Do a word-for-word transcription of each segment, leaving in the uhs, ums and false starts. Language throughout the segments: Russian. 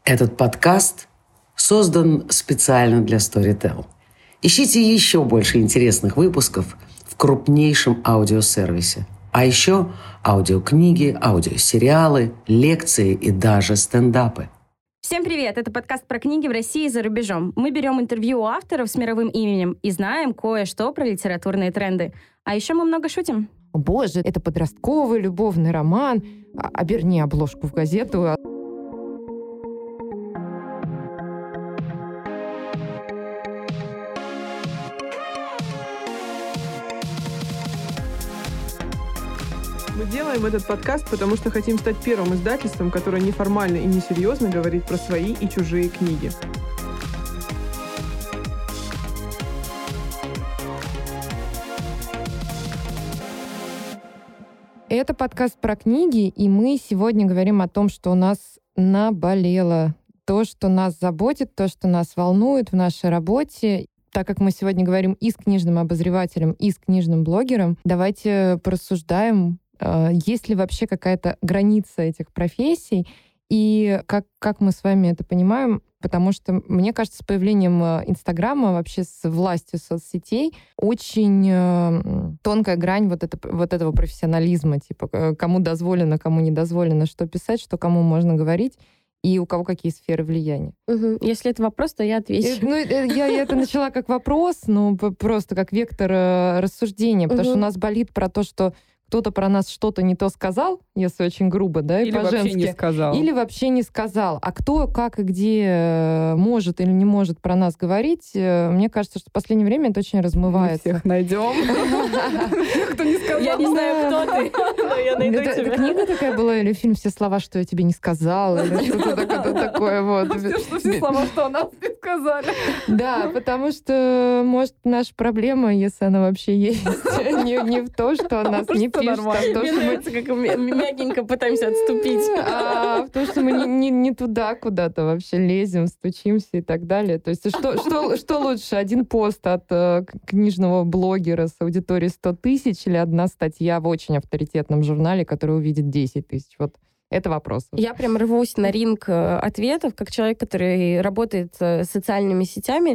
Этот подкаст создан специально для Storytel. Ищите еще больше интересных выпусков в крупнейшем аудиосервисе. А еще аудиокниги, аудиосериалы, лекции и даже стендапы. Всем привет! Это подкаст про книги в России и за рубежом. Мы берем интервью у авторов с мировым именем и знаем кое-что про литературные тренды. А еще мы много шутим. Боже, это подростковый любовный роман. Оберни обложку в газету. Мы делаем этот подкаст, потому что хотим стать первым издательством, которое неформально и несерьезно говорит про свои и чужие книги. Это подкаст про книги, и мы сегодня говорим о том, что у нас наболело. То, что нас заботит, то, что нас волнует в нашей работе. Так как мы сегодня говорим и с книжным обозревателем, и с книжным блогером, давайте порассуждаем, есть ли вообще какая-то граница этих профессий, и как, как мы с вами это понимаем, потому что, мне кажется, с появлением Инстаграма, вообще с властью соцсетей, очень э, тонкая грань вот, это, вот этого профессионализма, типа кому дозволено, кому не дозволено, что писать, что кому можно говорить, и у кого какие сферы влияния. Угу. Если это вопрос, то я отвечу. Ну, я, я это начала как вопрос, но просто как вектор рассуждения, потому угу. что у нас болит про то, что кто-то про нас что-то не то сказал, если очень грубо, да, и или по-женски. вообще не сказал. Или вообще не сказал. А кто, как и где может или не может про нас говорить, мне кажется, что в последнее время это очень размывается. Мы всех найдем. Кто не сказал. Я не знаю, кто ты, но я найду тебя. Это книга такая была или фильм «Все слова, что я тебе не сказала», или что-то такое вот. Все слова, что о нас не сказали. Да, потому что, может, наша проблема, если она вообще есть, не в том, что о нас не пишут. Нормально. Мне нравится, как мы мягенько пытаемся отступить. А в том, что мы не, не, не туда куда-то вообще лезем, стучимся и так далее. То есть что, что, что лучше, один пост от э, книжного блогера с аудиторией сто тысяч или одна статья в очень авторитетном журнале, которая увидит десять тысяч? Вот это вопрос. Я прям рвусь на ринг ответов, как человек, который работает с социальными сетями.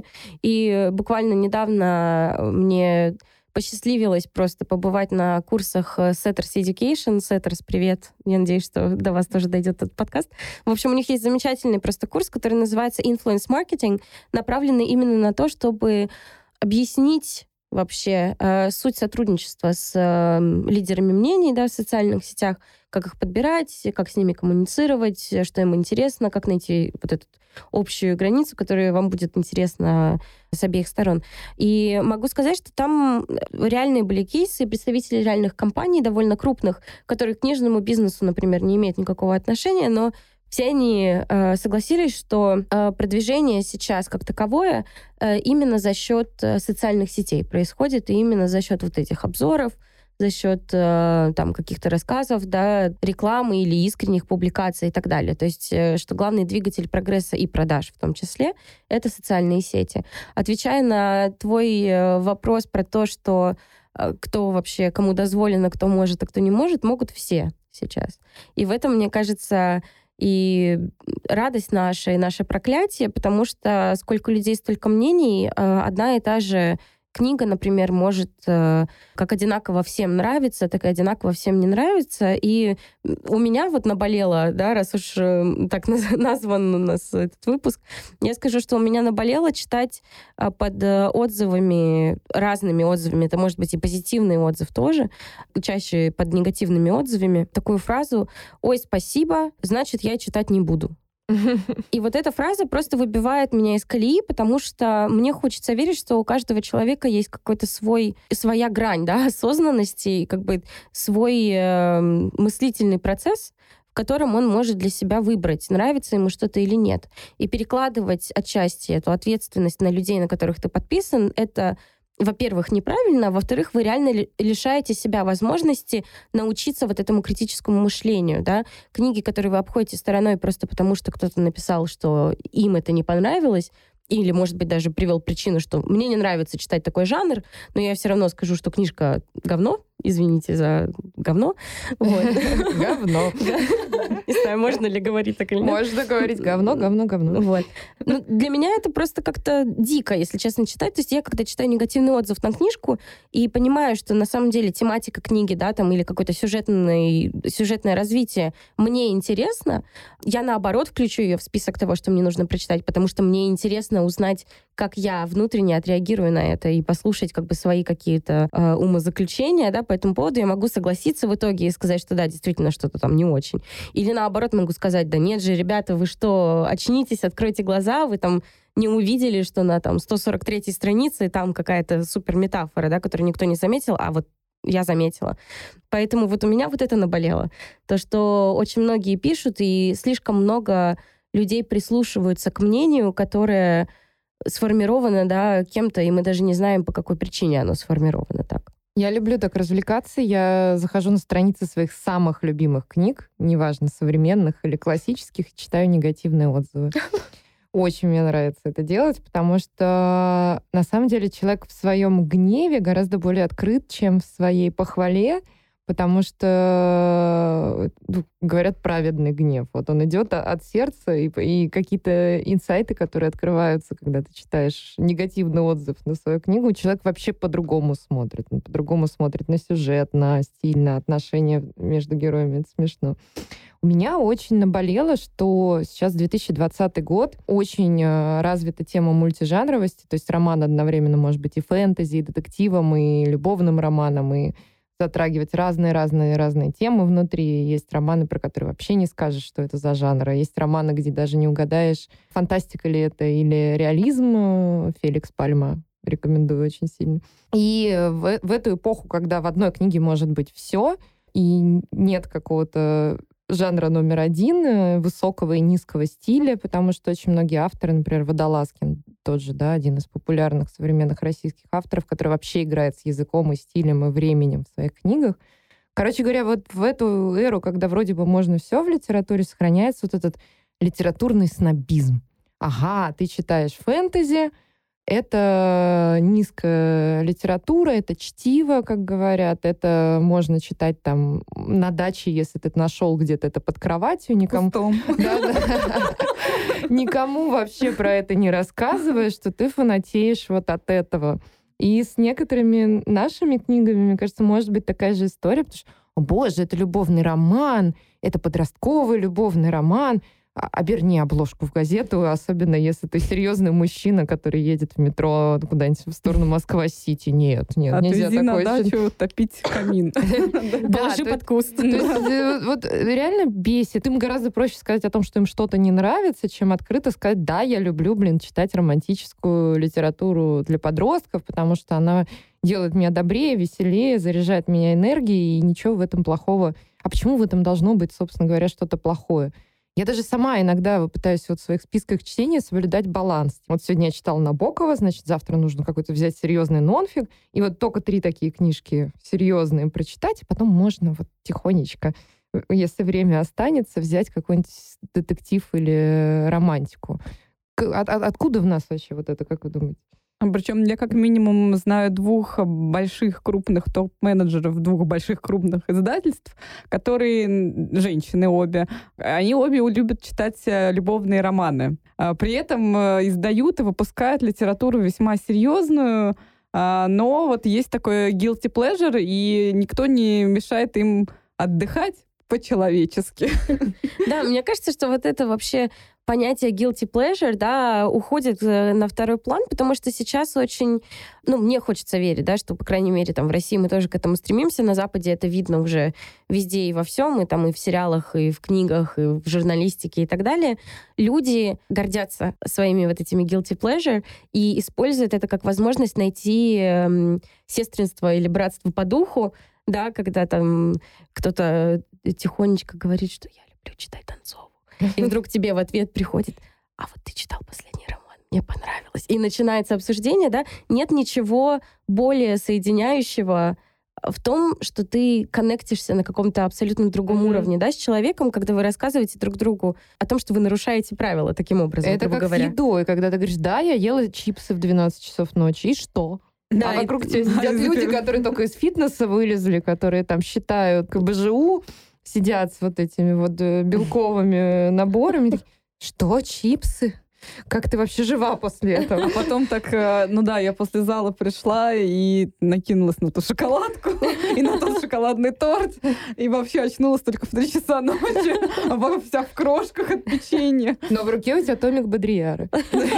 И буквально недавно мне посчастливилось просто побывать на курсах Setters Education. Setters, привет. Я надеюсь, что до вас тоже дойдет этот подкаст. В общем, у них есть замечательный просто курс, который называется Influence Marketing, направленный именно на то, чтобы объяснить вообще э, суть сотрудничества с э, лидерами мнений, да, в социальных сетях, как их подбирать, как с ними коммуницировать, что им интересно, как найти вот эту общую границу, которая вам будет интересна с обеих сторон. И могу сказать, что там реальные были кейсы, представители реальных компаний, довольно крупных, которые к книжному бизнесу, например, не имеют никакого отношения, но все они э, согласились, что э, продвижение сейчас как таковое э, именно за счет э, социальных сетей происходит, и именно за счет вот этих обзоров, за счет э, там, каких-то рассказов, да, рекламы или искренних публикаций и так далее. То есть, э, что главный двигатель прогресса и продаж в том числе — это социальные сети. Отвечая на твой э, вопрос про то, что э, кто вообще, кому дозволено, кто может, а кто не может, могут все сейчас. И в этом, мне кажется, и радость наша, и наше проклятие, потому что сколько людей, столько мнений, э, одна и та же книга, например, может э, как одинаково всем нравиться, так и одинаково всем не нравится. И у меня вот наболело, да, раз уж э, так назван у нас этот выпуск, я скажу, что у меня наболело читать э, под э, отзывами, разными отзывами, это может быть и позитивный отзыв тоже, чаще под негативными отзывами, такую фразу: «Ой, спасибо, значит, я читать не буду». И вот эта фраза просто выбивает меня из колеи, потому что мне хочется верить, что у каждого человека есть какой-то свой, своя грань, да, осознанности, и как бы свой э, мыслительный процесс, в котором он может для себя выбрать, нравится ему что-то или нет. И перекладывать отчасти эту ответственность на людей, на которых ты подписан, это, во-первых, неправильно, а во-вторых, вы реально лишаете себя возможности научиться вот этому критическому мышлению, да. Книги, которые вы обходите стороной просто потому, что кто-то написал, что им это не понравилось, или, может быть, даже привел причину, что мне не нравится читать такой жанр, но я все равно скажу, что книжка говно, Извините за говно. Говно. Не знаю, можно ли говорить так или нет. Можно говорить говно, говно, говно. Вот. Ну, для меня это просто как-то дико, если честно, читать. То есть я, когда читаю негативный отзыв на книжку и понимаю, что на самом деле тематика книги, да, там, или какое-то сюжетное, сюжетное развитие мне интересно, я, наоборот, включу ее в список того, что мне нужно прочитать, потому что мне интересно узнать, как я внутренне отреагирую на это и послушать как бы свои какие-то э, умозаключения, да, по этому поводу. Я могу согласиться в итоге и сказать, что да, действительно, что-то там не очень. Или наоборот могу сказать, да нет же, ребята, вы что, очнитесь, откройте глаза, вы там не увидели, что на там сто сорок третьей странице там какая-то супер метафора, да, которую никто не заметил, а вот я заметила. Поэтому вот у меня вот это наболело. То, что очень многие пишут, и слишком много людей прислушиваются к мнению, которое сформировано, да, кем-то, и мы даже не знаем, по какой причине оно сформировано так. Я люблю так развлекаться. Я захожу на страницы своих самых любимых книг, неважно, современных или классических, и читаю негативные отзывы. Очень мне нравится это делать, потому что на самом деле человек в своем гневе гораздо более открыт, чем в своей похвале, потому что, ну, говорят, праведный гнев. Вот он идет от сердца, и, и какие-то инсайты, которые открываются, когда ты читаешь негативный отзыв на свою книгу, человек вообще по-другому смотрит. Он по-другому смотрит на сюжет, на стиль, на отношения между героями. Это смешно. У меня очень наболело, что сейчас две тысячи двадцатый год, очень развита тема мультижанровости, то есть роман одновременно может быть и фэнтези, и детективом, и любовным романом, и затрагивать разные-разные-разные темы внутри. Есть романы, про которые вообще не скажешь, что это за жанр. Есть романы, где даже не угадаешь, фантастика ли это или реализм. Феликс Пальма. Рекомендую очень сильно. И в, в эту эпоху, когда в одной книге может быть все, и нет какого-то жанра номер один, высокого и низкого стиля, потому что очень многие авторы, например, Водолазкин, тот же, да, один из популярных современных российских авторов, который вообще играет с языком и стилем и временем в своих книгах. Короче говоря, вот в эту эру, когда вроде бы можно все в литературе, сохраняется вот этот литературный снобизм. Ага, ты читаешь фэнтези, это низкая литература, это чтиво, как говорят, это можно читать там на даче, если ты нашел где-то это под кроватью, никому... Никому вообще про это не рассказываешь, что ты фанатеешь вот от этого. И с некоторыми нашими книгами, мне кажется, может быть такая же история, потому что, о боже, это любовный роман, это подростковый любовный роман, оберни обложку в газету, особенно если ты серьезный мужчина, который едет в метро куда-нибудь в сторону Москва-Сити. Нет, нет, нельзя такое. Отвези на дачу топить камин. Положи под куст. Вот реально бесит. Им гораздо проще сказать о том, что им что-то не нравится, чем открыто сказать, да, я люблю, блин, читать романтическую литературу для подростков, потому что она делает меня добрее, веселее, заряжает меня энергией, и ничего в этом плохого. А почему в этом должно быть, собственно говоря, что-то плохое? Я даже сама иногда пытаюсь вот в своих списках чтения соблюдать баланс. Вот сегодня я читала Набокова, значит, завтра нужно какой-то взять серьезный нонфиг, и вот только три такие книжки серьезные прочитать, и потом можно вот тихонечко, если время останется, взять какой-нибудь детектив или романтику. От, от, откуда в нас вообще вот это, как вы думаете? Причем я как минимум знаю двух больших крупных топ-менеджеров, двух больших крупных издательств, которые, женщины обе, они обе любят читать любовные романы. При этом издают и выпускают литературу весьма серьезную, но вот есть такой guilty pleasure, и никто не мешает им отдыхать по-человечески. Да, мне кажется, что вот это вообще понятие guilty pleasure, да, уходит на второй план, потому что сейчас очень, ну, мне хочется верить, да, что, по крайней мере, там в России мы тоже к этому стремимся, на Западе это видно уже везде и во всем, и там и в сериалах, и в книгах, и в журналистике и так далее. Люди гордятся своими вот этими guilty pleasure и используют это как возможность найти э, сестринство или братство по духу, да, когда там кто-то тихонечко говорит, что я люблю читать Донцову. И вдруг тебе в ответ приходит, а вот ты читал последний роман, мне понравилось. И начинается обсуждение, да, нет ничего более соединяющего в том, что ты коннектишься на каком-то абсолютно другом mm-hmm. уровне, да, с человеком, когда вы рассказываете друг другу о том, что вы нарушаете правила таким образом, это грубо как говоря. с едой, когда ты говоришь, да, я ела чипсы в двенадцать часов ночи, и что? Да, а и- вокруг тебя сидят люди, которые только из фитнеса вылезли, которые там считают ка бэ жэ у, сидят с вот этими вот э, белковыми наборами. Такие, что, чипсы? Как ты вообще жива после этого? А потом так, э, ну да, я после зала пришла и накинулась на ту шоколадку и на тот шоколадный торт. И вообще очнулась только в три часа ночи, а во- вся в крошках от печенья. Но в руке у тебя томик Бодрияра.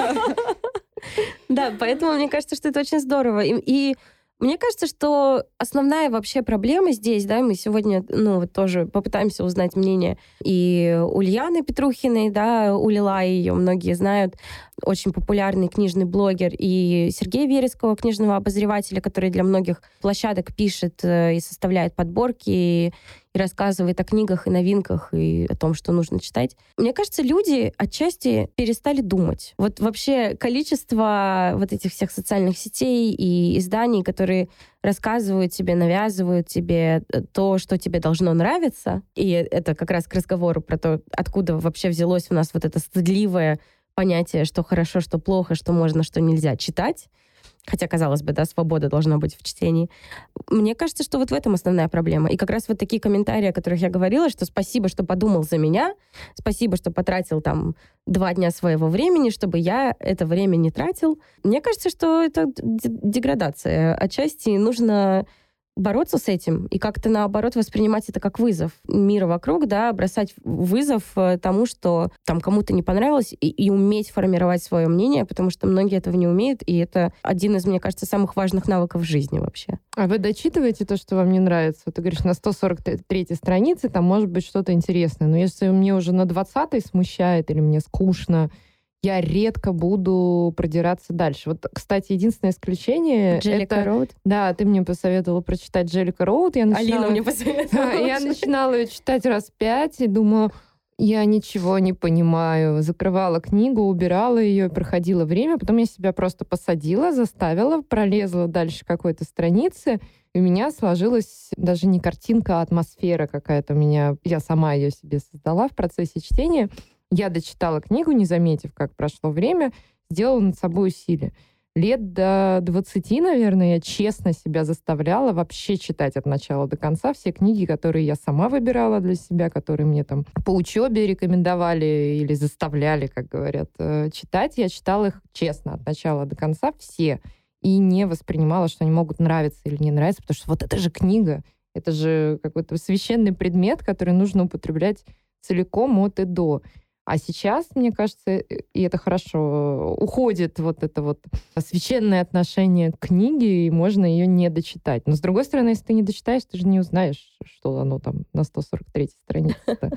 Да, поэтому мне кажется, что это очень здорово. И, и мне кажется, что основная вообще проблема здесь, да, мы сегодня, ну, вот тоже попытаемся узнать мнение и Ульяны Петрухиной, да, Улила ее многие знают, очень популярный книжный блогер, и Сергея Вереского, книжного обозревателя, который для многих площадок пишет э, и составляет подборки, и, и рассказывает о книгах и новинках, и о том, что нужно читать. Мне кажется, люди отчасти перестали думать. Вот вообще количество вот этих всех социальных сетей и изданий, которые рассказывают тебе, навязывают тебе то, что тебе должно нравиться, и это как раз к разговору про то, откуда вообще взялось у нас вот это стыдливое понятие, что хорошо, что плохо, что можно, что нельзя читать. Хотя, казалось бы, да, свобода должна быть в чтении. Мне кажется, что вот в этом основная проблема. И как раз вот такие комментарии, о которых я говорила, что спасибо, что подумал за меня, спасибо, что потратил там два дня своего времени, чтобы я это время не тратил. Мне кажется, что это деградация. Отчасти нужно бороться с этим и как-то, наоборот, воспринимать это как вызов мира вокруг, да, бросать вызов тому, что там кому-то не понравилось, и, и уметь формировать свое мнение, потому что многие этого не умеют, и это один из, мне кажется, самых важных навыков в жизни вообще. А вы дочитываете то, что вам не нравится? Вот ты говоришь, на сто сорок третьей странице там может быть что-то интересное, но если мне уже на двадцатой смущает или мне скучно, я редко буду продираться дальше. Вот, кстати, единственное исключение... Джеллика это... Роуд? Да, ты мне посоветовала прочитать Джеллика Роуд. Я начинала... Алина мне посоветовала. Я начинала ее читать раз пять и думаю, я ничего не понимаю. Закрывала книгу, убирала ее, проходило время. Потом я себя просто посадила, заставила, пролезла дальше какой-то страницы. И у меня сложилась даже не картинка, а атмосфера какая-то у меня. Я сама ее себе создала в процессе чтения. Я дочитала книгу, не заметив, как прошло время, сделала над собой усилие. Лет до двадцати, наверное, я честно себя заставляла вообще читать от начала до конца все книги, которые я сама выбирала для себя, которые мне там по учебе рекомендовали или заставляли, как говорят, читать. Я читала их честно от начала до конца все и не воспринимала, что они могут нравиться или не нравиться, потому что вот это же книга, это же какой-то священный предмет, который нужно употреблять целиком от и до. А сейчас, мне кажется, и это хорошо, уходит вот это вот священное отношение к книге, и можно ее не дочитать. Но, с другой стороны, если ты не дочитаешь, ты же не узнаешь, что оно там на сто сорок третьей странице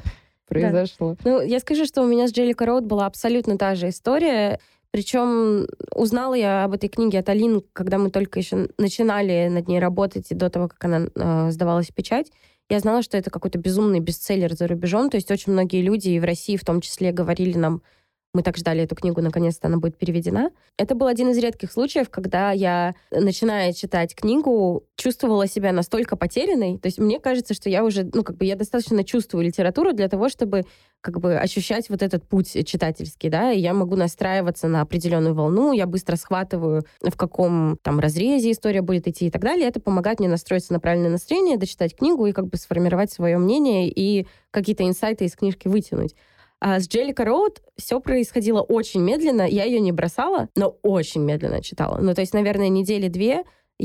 произошло. Ну, я скажу, что у меня с Джеллика Роуд была абсолютно та же история. Причем узнала я об этой книге от Алины, когда мы только еще начинали над ней работать, и до того, как она э, сдавалась в печать. Я знала, что это какой-то безумный бестселлер за рубежом. То есть очень многие люди, и в России в том числе, говорили нам, мы так ждали эту книгу, наконец-то она будет переведена. Это был один из редких случаев, когда я, начиная читать книгу, чувствовала себя настолько потерянной. То есть мне кажется, что я уже, ну, как бы я достаточно чувствую литературу для того, чтобы как бы ощущать вот этот путь читательский, да, и я могу настраиваться на определенную волну, я быстро схватываю, в каком там разрезе история будет идти и так далее. Это помогает мне настроиться на правильное настроение, дочитать книгу и как бы сформировать свое мнение и какие-то инсайты из книжки вытянуть. А с Джеллика Роуд все происходило очень медленно. Я ее не бросала, но очень медленно читала. Ну, то есть, наверное, недели две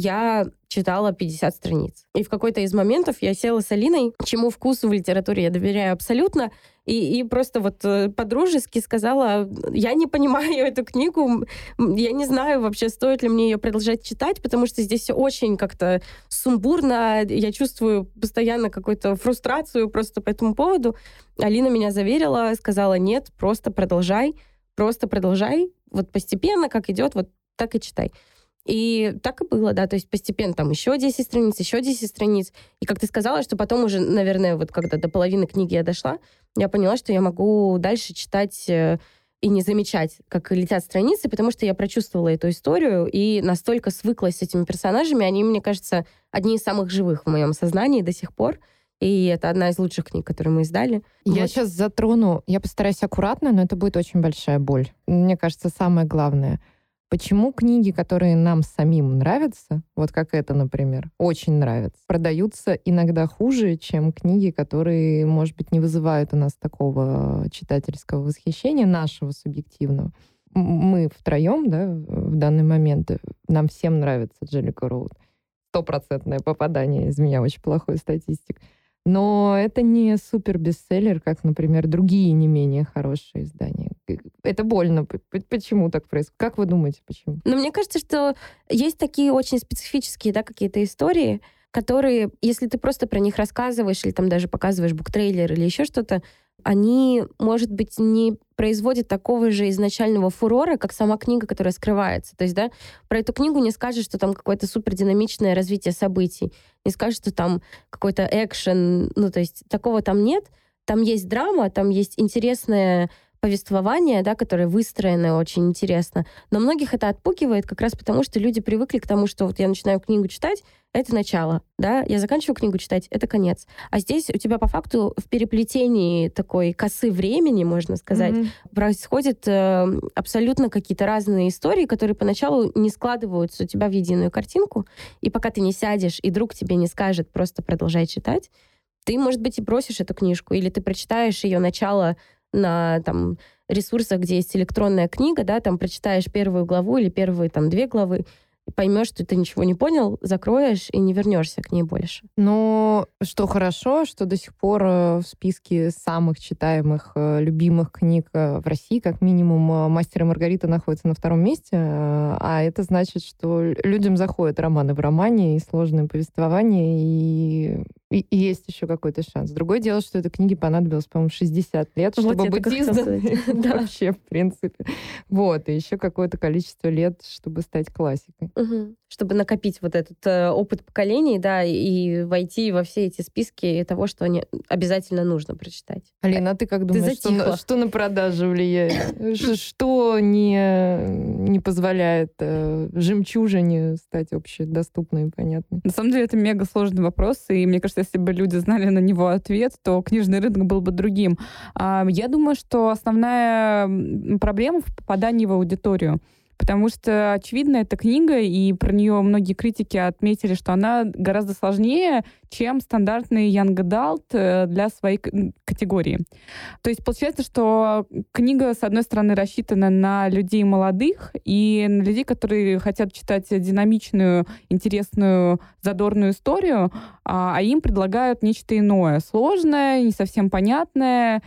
я читала пятьдесят страниц. И в какой-то из моментов я села с Алиной, чему вкусу в литературе я доверяю абсолютно, и, и просто вот по-дружески сказала, я не понимаю эту книгу, я не знаю вообще, стоит ли мне ее продолжать читать, потому что здесь все очень как-то сумбурно, я чувствую постоянно какую-то фрустрацию просто по этому поводу. Алина меня заверила, сказала, нет, просто продолжай, просто продолжай, вот постепенно, как идет, вот так и читай. И так и было, да, то есть постепенно там еще десять страниц, еще десять страниц. И как ты сказала, что потом уже, наверное, вот когда до половины книги я дошла, я поняла, что я могу дальше читать и не замечать, как летят страницы, потому что я прочувствовала эту историю и настолько свыклась с этими персонажами. Они, мне кажется, одни из самых живых в моем сознании до сих пор. И это одна из лучших книг, которые мы издали. Я вот. сейчас затрону, я постараюсь аккуратно, но это будет очень большая боль. Мне кажется, самое главное. Почему книги, которые нам самим нравятся, вот как это, например, очень нравятся, продаются иногда хуже, чем книги, которые, может быть, не вызывают у нас такого читательского восхищения, нашего субъективного. Мы втроем, да, в данный момент, нам всем нравится Джеллика Роуд. Стопроцентное попадание, из меня очень плохой статистик. Но это не супер-бестселлер, как, например, другие не менее хорошие издания. Это больно. Почему так происходит? Как вы думаете, почему? Ну, мне кажется, что есть такие очень специфические, да, какие-то истории, которые, если ты просто про них рассказываешь или там даже показываешь буктрейлер или еще что-то, они, может быть, не производят такого же изначального фурора, как сама книга, которая скрывается. То есть, да, про эту книгу не скажешь, что там какое-то супердинамичное развитие событий, не скажешь, что там какой-то экшен, ну, то есть такого там нет. Там есть драма, там есть интересное повествование, да, которое выстроено очень интересно. Но многих это отпугивает как раз потому, что люди привыкли к тому, что вот я начинаю книгу читать, это начало, да, я заканчиваю книгу читать, это конец. А здесь у тебя по факту в переплетении такой косы времени, можно сказать, mm-hmm. происходят э, абсолютно какие-то разные истории, которые поначалу не складываются у тебя в единую картинку, и пока ты не сядешь, и друг тебе не скажет просто продолжай читать, ты, может быть, и бросишь эту книжку, или ты прочитаешь ее начало на там, ресурсах, где есть электронная книга, да, там прочитаешь первую главу или первые там, две главы, и поймешь, что ты ничего не понял, закроешь и не вернешься к ней больше. Но что хорошо, что до сих пор в списке самых читаемых, любимых книг в России, как минимум, «Мастер и Маргарита» находится на втором месте, а это значит, что людям заходят романы в романе и сложное повествование, и, и, и есть еще какой-то шанс. Другое дело, что этой книге понадобилось, по-моему, шестьдесят лет, вот чтобы быть изданной вообще, в принципе. Вот, и еще какое-то количество лет, чтобы стать классикой. Угу. Чтобы накопить вот этот э, опыт поколений, да, и, и войти во все эти списки того, что они обязательно нужно прочитать. Алина, а ты как думаешь, ты что, на, что на продажу влияет? Что не, не позволяет э, жемчужине стать общедоступной и понятной? На самом деле это мега сложный вопрос, и мне кажется, если бы люди знали на него ответ, то книжный рынок был бы другим. А, я думаю, что основная проблема в попадании в аудиторию. Потому что, очевидно, эта книга, и про нее многие критики отметили, что она гораздо сложнее, чем стандартный young adult для своей категории. То есть получается, что книга, с одной стороны, рассчитана на людей молодых и на людей, которые хотят читать динамичную, интересную, задорную историю, а им предлагают нечто иное, сложное, не совсем понятное.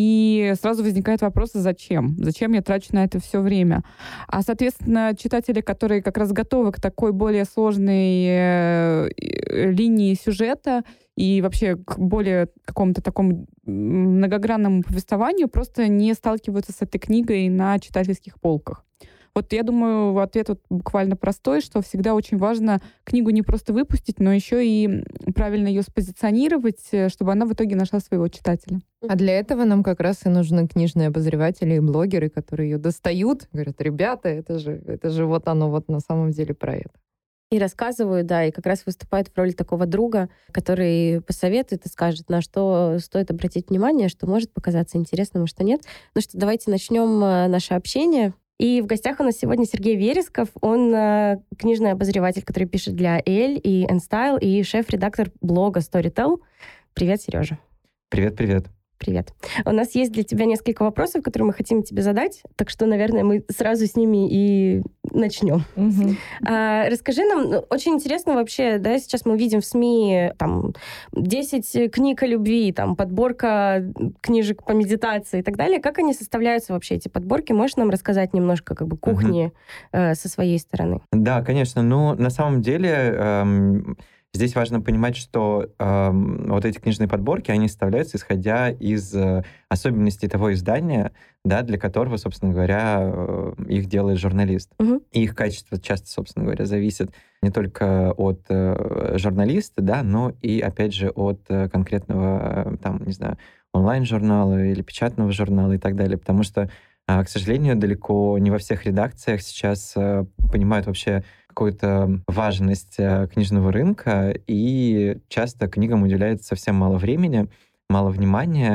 И сразу возникает вопрос, зачем? Зачем я трачу на это все время? А, соответственно, читатели, которые как раз готовы к такой более сложной э, линии сюжета и вообще к более какому-то такому многогранному повествованию, просто не сталкиваются с этой книгой на читательских полках. Вот я думаю, ответ вот буквально простой, что всегда очень важно книгу не просто выпустить, но еще и правильно ее спозиционировать, чтобы она в итоге нашла своего читателя. А для этого нам как раз и нужны книжные обозреватели и блогеры, которые ее достают, говорят, ребята, это же, это же вот оно вот на самом деле про это. И рассказывают, да, и как раз выступают в роли такого друга, который посоветует и скажет, на что стоит обратить внимание, что может показаться интересным, а что нет. Ну что, давайте начнем наше общение. И в гостях у нас сегодня Сергей Вересков. Он э, книжный обозреватель, который пишет для Elle и InStyle, и шеф-редактор блога Storytel. Привет, Сережа. Привет-привет. Привет. У нас есть для тебя несколько вопросов, которые мы хотим тебе задать, так что, наверное, мы сразу с ними и начнем. Угу. А, расскажи нам, очень интересно вообще, да, сейчас мы видим в СМИ там десять книг о любви, там подборка книжек по медитации и так далее. Как они составляются вообще, эти подборки? Можешь нам рассказать немножко как бы кухни угу. э, со своей стороны? Да, конечно. Ну, на самом деле... Эм... Здесь важно понимать, что э, вот эти книжные подборки, они составляются, исходя из э, особенностей того издания, да, для которого, собственно говоря, э, их делает журналист. Uh-huh. И их качество часто, собственно говоря, зависит не только от э, журналиста, да, но и, опять же, от э, конкретного, э, там, не знаю, онлайн-журнала или печатного журнала и так далее. Потому что, э, к сожалению, далеко не во всех редакциях сейчас э, понимают вообще какую-то важность книжного рынка, и часто книгам уделяется совсем мало времени, мало внимания,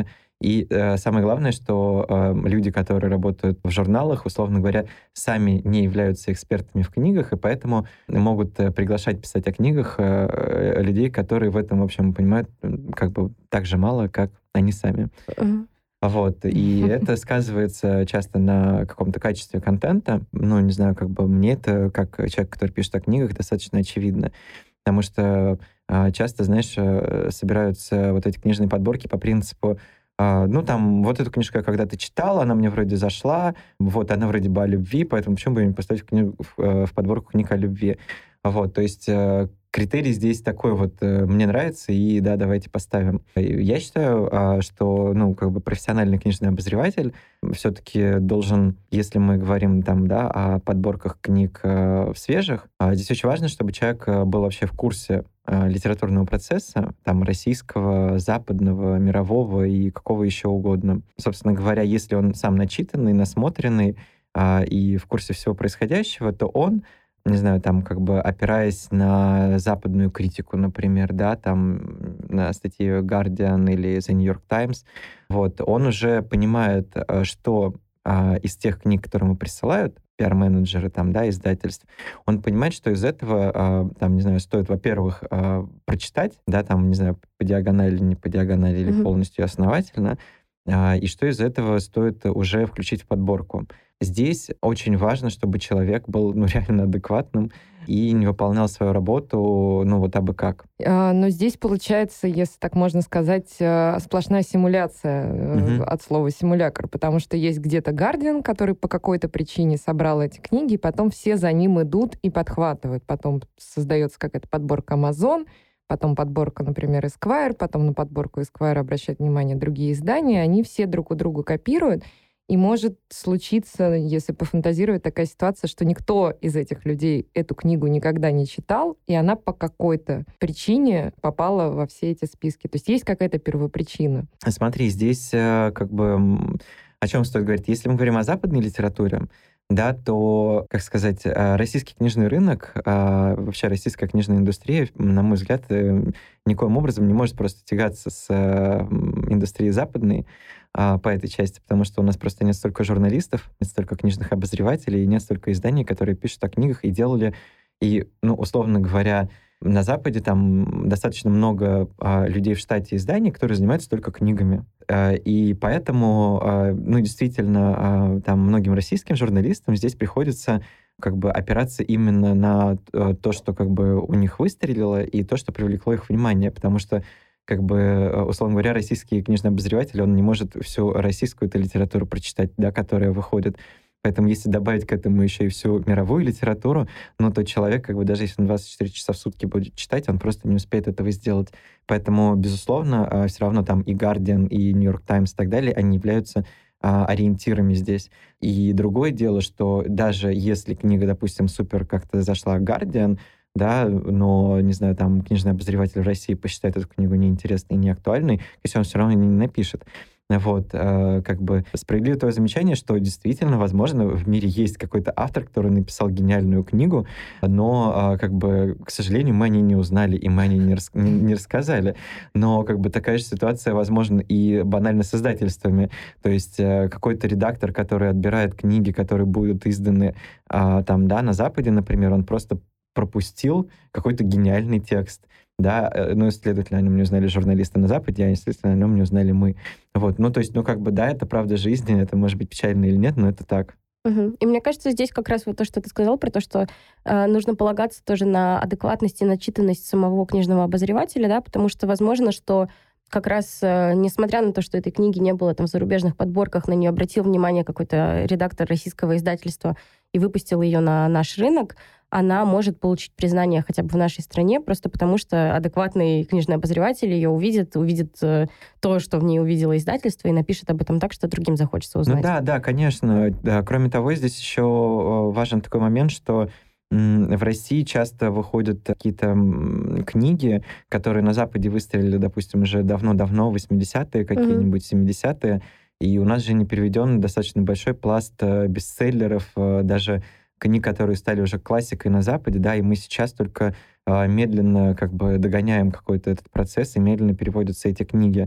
И э, самое главное, что э, люди, которые работают в журналах, условно говоря, сами не являются экспертами в книгах, и поэтому могут э, приглашать писать о книгах э, людей, которые в этом, в общем, понимают как бы так же мало, как они сами. Мгм. Вот, и это сказывается часто на каком-то качестве контента. Ну, не знаю, как бы мне это, как человек, который пишет о книгах, достаточно очевидно. Потому что а, часто, знаешь, э, собираются вот эти книжные подборки по принципу, а, ну, там, вот эту книжку я когда-то читала, она мне вроде зашла, вот, она вроде бы о любви, поэтому почему бы не поставить в, книгу, в, э, в подборку книг о любви? Вот, то есть э, критерий здесь такой вот, э, мне нравится, и да, давайте поставим. И я считаю, а, что, ну, как бы профессиональный книжный обозреватель все-таки должен, если мы говорим там, да, о подборках книг э, свежих, а, здесь очень важно, чтобы человек э, был вообще в курсе э, литературного процесса, там, российского, западного, мирового и какого еще угодно. Собственно говоря, если он сам начитанный, насмотренный а, и в курсе всего происходящего, то он, не знаю, там, как бы опираясь на западную критику, например, да, там, на статьи Guardian или The New York Times, вот, он уже понимает, э, что а, из тех книг, которые ему присылают, пиар-менеджеры, там, да, издательств, он понимает, что из этого, а, там, не знаю, стоит, во-первых, а, прочитать, да, там, не знаю, по диагонали, не по диагонали, или Мгм. полностью основательно, а, и что из этого стоит уже включить в подборку. Здесь очень важно, чтобы человек был, ну, реально адекватным и не выполнял свою работу, ну, вот абы как. А, Но здесь получается, если так можно сказать, э, сплошная симуляция э, Мгм. от слова симулятор, потому что есть где-то Guardian, который по какой-то причине собрал эти книги, и потом все за ним идут и подхватывают. Потом создается какая-то подборка Amazon, потом подборка, например, Esquire, потом на подборку Esquire обращают внимание другие издания, они все друг у друга копируют. И может случиться, если пофантазировать, такая ситуация, что никто из этих людей эту книгу никогда не читал, и она по какой-то причине попала во все эти списки. То есть есть какая-то первопричина. Смотри, здесь э, как бы м, о чем стоит говорить? Если мы говорим о западной литературе, да, то, как сказать, э, российский книжный рынок, э, вообще российская книжная индустрия, на мой взгляд, э, никоим образом не может просто тягаться с э, м, индустрией западной а, по этой части, потому что у нас просто нет столько журналистов, нет столько книжных обозревателей, и нет столько изданий, которые пишут о книгах и делали, и, ну, условно говоря, на Западе там достаточно много а, людей в штате изданий, которые занимаются только книгами. А, и поэтому, а, ну, действительно, а, там многим российским журналистам здесь приходится как бы опираться именно на а, то, что как бы у них выстрелило, и то, что привлекло их внимание, потому что как бы, условно говоря, российский книжный обозреватель, он не может всю российскую эту литературу прочитать, да, которая выходит. Поэтому если добавить к этому еще и всю мировую литературу, ну, то человек, как бы, даже если он двадцать четыре часа в сутки будет читать, он просто не успеет этого сделать. Поэтому, безусловно, все равно там и Guardian, и New York Times и так далее, они являются а, ориентирами здесь. И другое дело, что даже если книга, допустим, супер как-то зашла в Guardian, да, но, не знаю, там, книжный обозреватель в России посчитает эту книгу неинтересной и неактуальной, если он все равно не напишет. Вот, э, как бы справедливо твое замечание, что действительно, возможно, в мире есть какой-то автор, который написал гениальную книгу, но, э, как бы, к сожалению, мы о ней не узнали, и мы о ней не, рас, не, не рассказали. Но, как бы, такая же ситуация, возможно, и банально с издательствами. То есть э, какой-то редактор, который отбирает книги, которые будут изданы э, там, да, на Западе, например, он просто пропустил какой-то гениальный текст, да, ну, следовательно, о нем не узнали журналисты на Западе, а, естественно, о нем не узнали мы. Вот, ну, то есть, ну, как бы, да, это правда жизни, это может быть печально или нет, но это так. Мгм. И мне кажется, здесь как раз вот то, что ты сказал, про то, что э, нужно полагаться тоже на адекватность и начитанность самого книжного обозревателя, да, потому что возможно, что как раз, э, несмотря на то, что этой книги не было там в зарубежных подборках, на нее обратил внимание какой-то редактор российского издательства и выпустил ее на наш рынок, она может получить признание хотя бы в нашей стране, просто потому что адекватный книжный обозреватель ее увидит, увидит э, то, что в ней увидело издательство, и напишет об этом так, что другим захочется узнать. Ну да, да, конечно. Да. Кроме того, здесь еще важен такой момент, что м, в России часто выходят какие-то м, книги, которые на Западе выстрелили, допустим, уже давно-давно, восьмидесятые какие-нибудь, семидесятые, и у нас же не переведен достаточно большой пласт э, бестселлеров, э, даже книг, которые стали уже классикой на Западе, да, и мы сейчас только э, медленно как бы догоняем какой-то этот процесс, и медленно переводятся эти книги.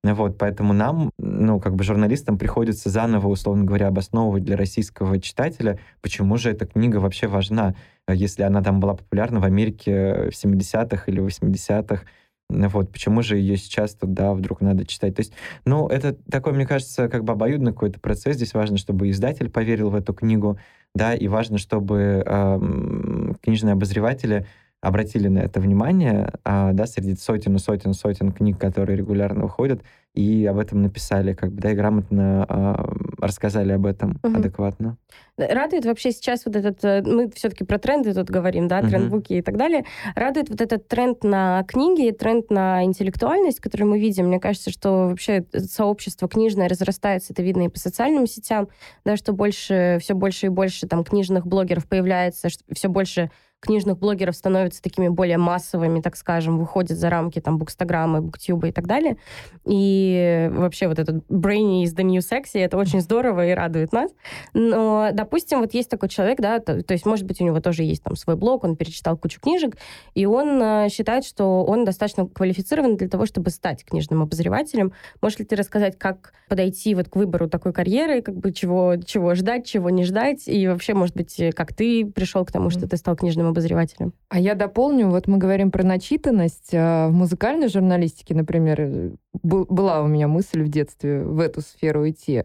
Вот, поэтому нам, ну, как бы журналистам приходится заново, условно говоря, обосновывать для российского читателя, почему же эта книга вообще важна, если она там была популярна в Америке в семидесятых или восьмидесятых. Вот, почему же ее сейчас тут, да, вдруг надо читать? То есть, ну, это такой, мне кажется, как бы обоюдный какой-то процесс. Здесь важно, чтобы издатель поверил в эту книгу, да, и важно, чтобы э, книжные обозреватели обратили на это внимание, а, да, среди сотен и сотен сотен книг, которые регулярно выходят, и об этом написали, как бы, да, и грамотно а, рассказали об этом угу. адекватно. Радует вообще сейчас вот этот... Мы все-таки про тренды тут говорим, да, трендбуки угу. и так далее. Радует вот этот тренд на книги, тренд на интеллектуальность, который мы видим. Мне кажется, что вообще сообщество книжное разрастается, это видно и по социальным сетям, да, что больше, все больше и больше там книжных блогеров появляется, все больше книжных блогеров становятся такими более массовыми, так скажем, выходят за рамки там букстаграма, буктюба и так далее. И вообще вот этот brainy is the new sexy, это очень здорово и радует нас. Но, допустим, вот есть такой человек, да, то, то есть, может быть, у него тоже есть там свой блог, он перечитал кучу книжек, и он э, считает, что он достаточно квалифицирован для того, чтобы стать книжным обозревателем. Можешь ли ты рассказать, как подойти вот к выбору такой карьеры, как бы чего, чего ждать, чего не ждать, и вообще, может быть, как ты пришел к тому, что ты стал книжным обозревателем? А я дополню, вот мы говорим про начитанность. В музыкальной журналистике, например, был, была у меня мысль в детстве в эту сферу идти.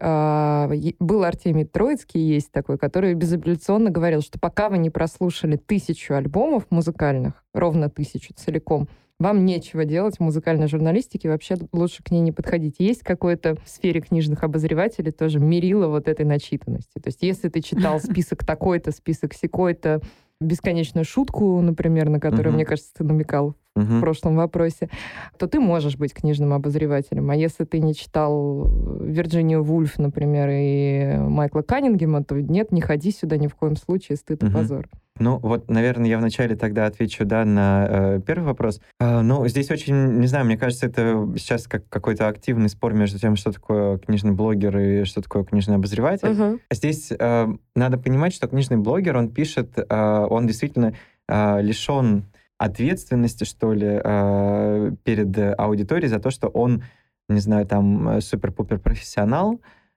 Был Артемий Троицкий, есть такой, который безапелляционно говорил, что пока вы не прослушали тысячу альбомов музыкальных, ровно тысячу целиком, вам нечего делать в музыкальной журналистике, вообще лучше к ней не подходить. Есть какое-то в сфере книжных обозревателей тоже мерило вот этой начитанности. То есть если ты читал список такой-то, список сякой-то, бесконечную шутку, например, на которую, uh-huh. мне кажется, ты намекал uh-huh. в прошлом вопросе, то ты можешь быть книжным обозревателем. А если ты не читал Вирджинию Вульф, например, и Майкла Каннингема, то нет, не ходи сюда ни в коем случае, стыд и uh-huh. позор. Ну, вот, наверное, я вначале тогда отвечу, да, на э, первый вопрос. Э, ну, здесь очень, не знаю, мне кажется, это сейчас как какой-то активный спор между тем, что такое книжный блогер и что такое книжный обозреватель. Uh-huh. Здесь э, надо понимать, что книжный блогер, он пишет, э, он действительно э, лишен ответственности, что ли, э, перед аудиторией за то, что он, не знаю, там, супер-пупер профессионал,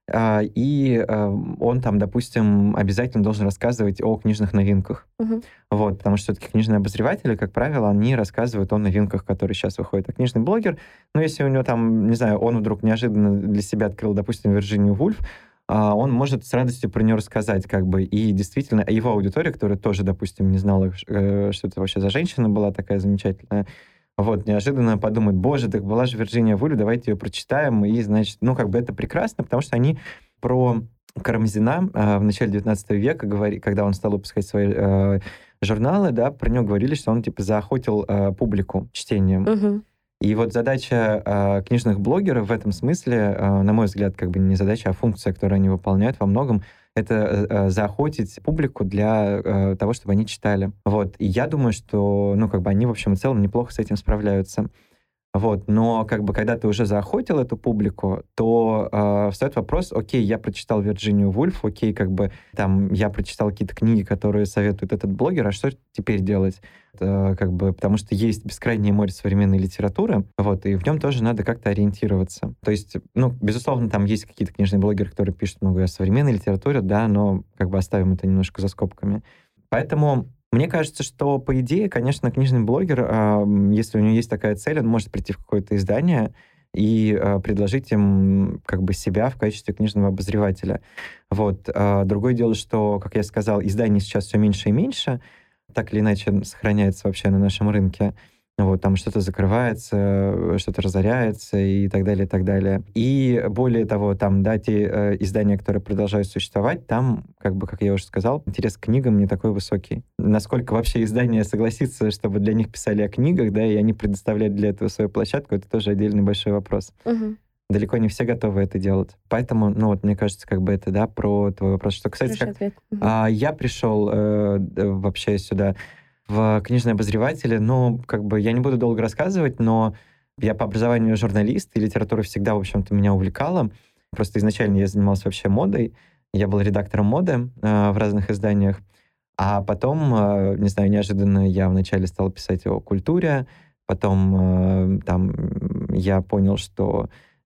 и он там, допустим, обязательно должен рассказывать о книжных новинках. Uh-huh. Вот, потому что все-таки книжные обозреватели, как правило, они рассказывают о новинках, которые сейчас выходят. А книжный блогер, ну, если у него там, не знаю, он вдруг неожиданно для себя открыл, допустим, Вирджинию Вульф, он может с радостью про нее рассказать, как бы, и действительно, его аудитория, которая тоже, допустим, не знала, что это вообще за женщина была такая замечательная, вот, неожиданно подумают, боже, так была же Вирджиния Вульф, давайте ее прочитаем, и, значит, ну, как бы это прекрасно, потому что они про Карамзина э, в начале девятнадцатого века, говори, когда он стал выпускать свои э, журналы, да, про него говорили, что он, типа, заохотил э, публику чтением. Uh-huh. И вот задача э, книжных блогеров в этом смысле, э, на мой взгляд, как бы не задача, а функция, которую они выполняют во многом, это э, заохотить публику для э, того, чтобы они читали. Вот. И я думаю, что, ну, как бы они, в общем и целом, неплохо с этим справляются. Вот. Но, как бы, когда ты уже заохотил эту публику, то э, встает вопрос, окей, я прочитал Вирджинию Вульф, окей, как бы, там, я прочитал какие-то книги, которые советует этот блогер, а что теперь делать? Э, как бы, потому что есть бескрайнее море современной литературы, вот, и в нем тоже надо как-то ориентироваться. То есть, ну, безусловно, там есть какие-то книжные блогеры, которые пишут много о современной литературе, да, но, как бы, оставим это немножко за скобками. Поэтому мне кажется, что, по идее, конечно, книжный блогер, э, если у него есть такая цель, он может прийти в какое-то издание и э, предложить им, как бы, себя в качестве книжного обозревателя. Вот. А другое дело, что, как я сказал, изданий сейчас все меньше и меньше, так или иначе сохраняется вообще на нашем рынке. Вот, там что-то закрывается, что-то разоряется и так далее, и так далее. И более того, там, да, те э, издания, которые продолжают существовать, там, как бы, как я уже сказал, интерес к книгам не такой высокий. Насколько вообще издание согласится, чтобы для них писали о книгах, да, и они предоставляют для этого свою площадку, это тоже отдельный большой вопрос. Uh-huh. Далеко не все готовы это делать. Поэтому, ну, вот, мне кажется, как бы это, да, про твой вопрос. Что, кстати, как, uh-huh. а, я пришел э, вообще сюда в книжные обозреватели, ну, как бы, я не буду долго рассказывать, но я по образованию журналист, и литература всегда, в общем-то, меня увлекала. Просто изначально я занимался вообще модой, я был редактором моды э, в разных изданиях, а потом, э, не знаю, неожиданно я вначале стал писать о культуре, потом э, там я понял, что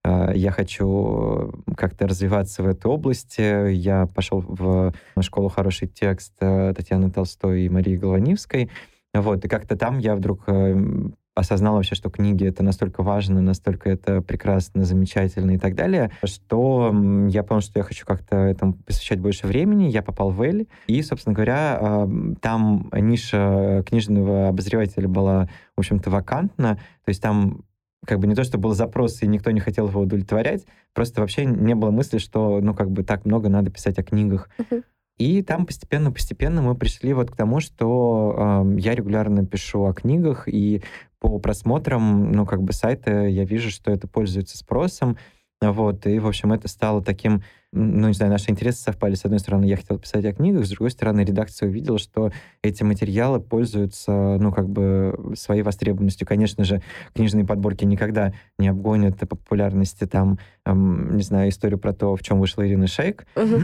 я хочу как-то развиваться в этой области. Я пошел в школу «Хороший текст» Татьяны Толстой и Марии Голованивской. Вот, и как-то там я вдруг осознал вообще, что книги — это настолько важно, настолько это прекрасно, замечательно и так далее, что я понял, что я хочу как-то этому посвящать больше времени. Я попал в Эль, и, собственно говоря, там ниша книжного обозревателя была, в общем-то, вакантна. То есть там как бы не то, что был запрос, и никто не хотел его удовлетворять, просто вообще не было мысли, что, ну, как бы так много надо писать о книгах. Uh-huh. И там постепенно-постепенно мы пришли вот к тому, что э, я регулярно пишу о книгах, и по просмотрам, ну, как бы сайта я вижу, что это пользуется спросом. Вот, и, в общем, это стало таким, ну, не знаю, наши интересы совпали. С одной стороны, я хотел писать о книгах, с другой стороны, редакция увидела, что эти материалы пользуются, ну, как бы своей востребованностью. Конечно же, книжные подборки никогда не обгонят по популярности, там, эм, не знаю, историю про то, в чем вышла Ирина Шейк.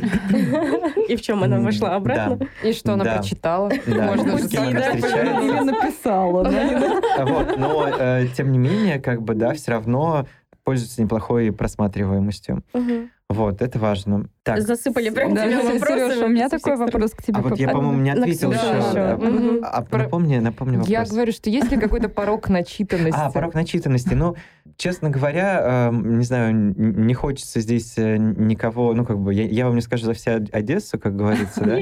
И в чем она вышла обратно. И что она прочитала. Можно же так Или написала. Вот, но, тем не менее, как бы, да, все равно пользуется неплохой просматриваемостью. Угу. Вот, это важно. Так. Засыпали прям да, тебя вопросами. Сереж, у меня такой вопрос к тебе. А вот я, по-моему, не ответил еще. Да, да. Угу. А, Про... напомни, напомни вопрос. Я говорю, что есть ли какой-то порог начитанности? А, порог начитанности. Ну, честно говоря, э, не знаю, не хочется здесь никого, ну, как бы, я, я вам не скажу за всю Одессу, как говорится, да?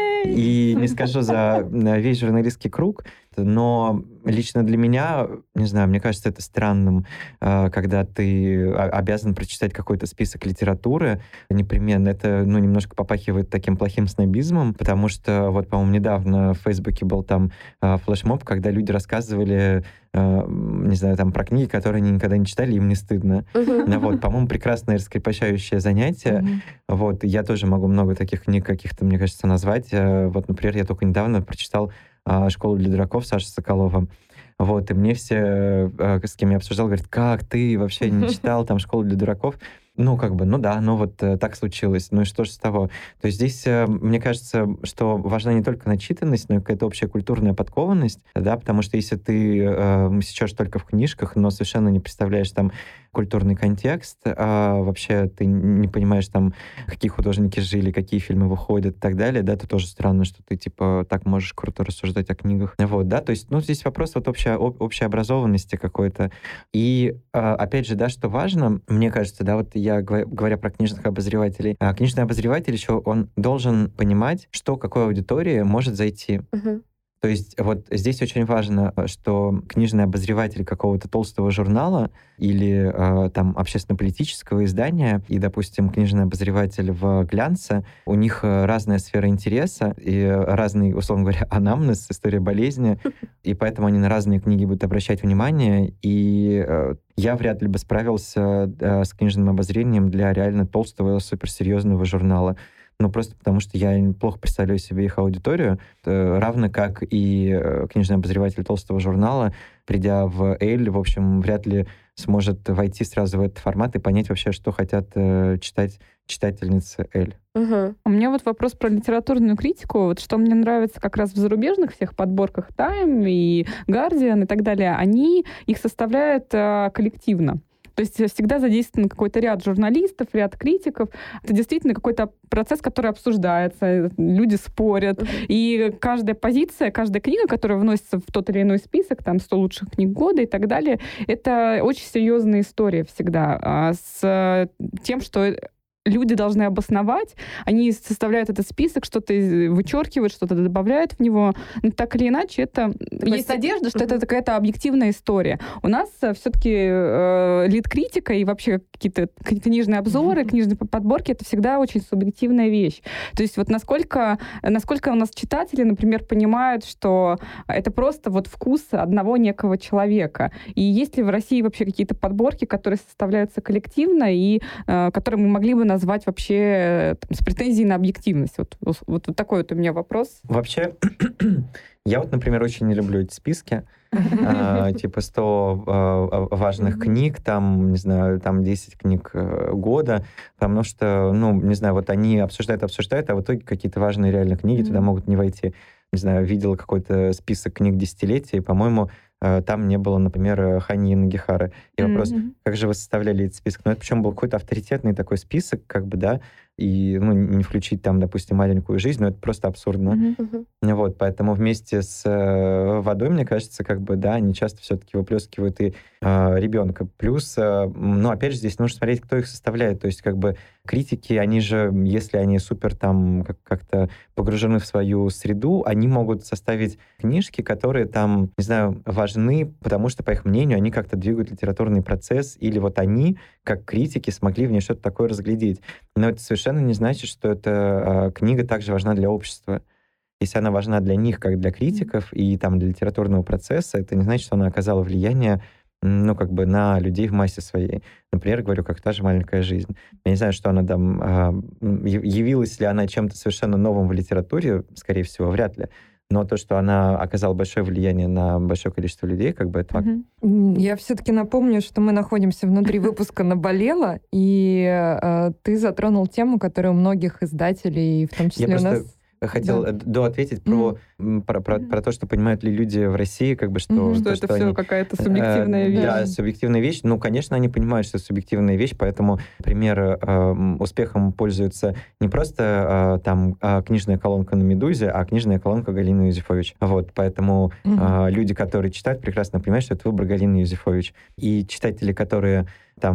И не скажу за весь журналистский круг, но лично для меня, не знаю, мне кажется, это странным, когда ты обязан прочитать какой-то список литературы непременно. Это, ну, немножко попахивает таким плохим снобизмом, потому что вот, по-моему, недавно в Фейсбуке был там флешмоб, когда люди рассказывали, не знаю, там, про книги, которые они никогда не читали, им не стыдно. Uh-huh. Ну, вот, по-моему, прекрасное раскрепощающее занятие. Uh-huh. Вот, я тоже могу много таких книг каких-то, мне кажется, назвать. Вот, например, я только недавно прочитал «Школу для дураков» Саши Соколова. Вот, и мне все, с кем я обсуждал, говорят, как ты вообще не читал там «Школу для дураков»? Ну, как бы, ну да, ну вот э, так случилось. Ну и что же с того? То есть здесь, э, мне кажется, что важна не только начитанность, но и какая-то общая культурная подкованность, да, потому что если ты э, сечешь только в книжках, но совершенно не представляешь там культурный контекст, а вообще ты не понимаешь там, какие художники жили, какие фильмы выходят и так далее, да, то тоже странно, что ты, типа, так можешь круто рассуждать о книгах. Вот, да, то есть, ну, здесь вопрос вот общей, общей образованности какой-то. И, опять же, да, что важно, мне кажется, да, вот я, говоря про книжных обозревателей, книжный обозреватель еще, он должен понимать, что какой аудитории может зайти. Uh-huh. То есть вот здесь очень важно, что книжный обозреватель какого-то толстого журнала или э, там общественно-политического издания и, допустим, книжный обозреватель в глянце, у них разная сфера интереса и разный, условно говоря, анамнез, история болезни, и поэтому они на разные книги будут обращать внимание, и э, я вряд ли бы справился э, с книжным обозрением для реально толстого, суперсерьезного журнала. Ну, просто потому что я плохо представляю себе их аудиторию, равно как и книжный обозреватель толстого журнала, придя в Эль, в общем, вряд ли сможет войти сразу в этот формат и понять вообще, что хотят читать читательницы Эль. Угу. У меня вот вопрос про литературную критику. Вот что мне нравится как раз в зарубежных всех подборках Time и Guardian и так далее, они их составляют э, коллективно. То есть всегда задействован какой-то ряд журналистов, ряд критиков. Это действительно какой-то процесс, который обсуждается, люди спорят. Uh-huh. И каждая позиция, каждая книга, которая вносится в тот или иной список, там, сто лучших книг года и так далее, это очень серьезная история всегда. С тем, что люди должны обосновать, они составляют этот список, что-то вычеркивают, что-то добавляют в него. Но так или иначе, это Такой есть надежда, что это какая-то объективная история. У нас все-таки э, лид-критика и вообще какие-то книжные обзоры, mm-hmm. книжные подборки — это всегда очень субъективная вещь. То есть вот насколько, насколько у нас читатели, например, понимают, что это просто вот вкус одного некого человека. И есть ли в России вообще какие-то подборки, которые составляются коллективно и э, которые мы могли бы назвать вообще там, с претензией на объективность? Вот, вот, вот такой вот у меня вопрос. Вообще, я вот, например, очень не люблю эти списки. Типа сто важных книг, там, не знаю, там десять книг года, потому что, ну, не знаю, вот они обсуждают, обсуждают, а в итоге какие-то важные реально книги туда могут не войти. Не знаю, видел какой-то список книг десятилетия, и, по-моему, там не было, например, Хани Нагихары. И Мгм. вопрос, как же вы составляли этот список? Ну, это причем был какой-то авторитетный такой список, как бы, да, и, ну, не включить там, допустим, маленькую жизнь, но это просто абсурдно. Мгм. Мгм. Вот, поэтому вместе с э, водой, мне кажется, как бы, да, они часто все-таки выплескивают и э, ребенка. Плюс, э, м, ну, опять же, здесь нужно смотреть, кто их составляет. То есть, как бы, критики, они же, если они супер там как- как-то погружены в свою среду, они могут составить книжки, которые там, не знаю, важны, потому что, по их мнению, они как-то двигают литературный процесс, или вот они, как критики, смогли в ней что-то такое разглядеть. Но это совершенно не значит, что эта э, книга также важна для общества. Если она важна для них, как для критиков, и там для литературного процесса, это не значит, что она оказала влияние, м, ну, как бы на людей в массе своей. Например, говорю, как та же «Маленькая жизнь». Я не знаю, что она там... а, м, яв- явилась ли она чем-то совершенно новым в литературе, скорее всего, вряд ли. Но то, что она оказала большое влияние на большое количество людей, как бы это факт. Мгм. М, Я все-таки напомню, что мы находимся внутри выпуска «Наболело», и э, ты затронул тему, которая у многих издателей, в том числе у просто нас... Хотел Да. э, доответить про, м, про, про, Мгм. про то, что понимают ли люди в России, как бы, что, Мгм. Что то, это что все они... какая-то Э, субъективная вещь. Да, субъективная вещь. Ну, конечно, они понимают, что это субъективная вещь, поэтому, например, э, м, успехом пользуется не просто э, там э, книжная колонка на «Медузе», а книжная колонка Галины Юзефович. Вот, поэтому Мгм. э, люди, которые читают, прекрасно понимают, что это выбор Галины Юзефович. И читатели, которые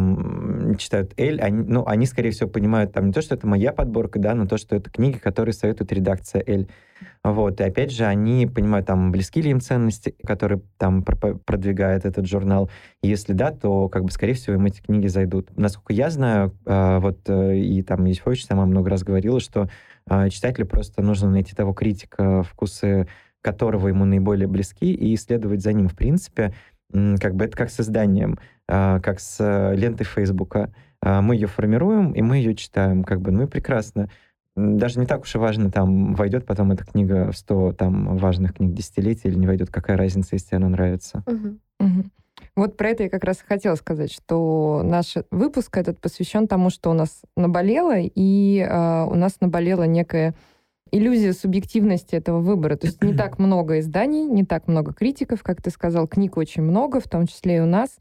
там м, читают «Эль», они, ну, они, скорее всего, понимают там не то, что это моя подборка, да, но то, что это книги, которые советует редакция «Эль». Вот, и опять же, они понимают, там, близки ли им ценности, которые там пропа- продвигает этот журнал. И если да, то, как бы, скорее всего, им эти книги зайдут. Насколько я знаю, э, вот, э, и там Юзефович сама много раз говорила, что э, читателю просто нужно найти того критика, вкусы которого ему наиболее близки, и исследовать за ним. В принципе, м, как бы это как с изданием, э, как с э, лентой Фейсбука. Э, мы ее формируем, и мы ее читаем, как бы, ну и прекрасно. М, Даже не так уж и важно, там, войдет потом эта книга в сто там, важных книг десятилетия или не войдет, какая разница, если она нравится. Мгм. Мгм. Вот про это я как раз и хотела сказать, что наш выпуск этот посвящен тому, что у нас наболело, и э, у нас наболела некая иллюзия субъективности этого выбора. То есть не так много изданий, не так много критиков, как ты сказал, книг очень много, в том числе и у нас.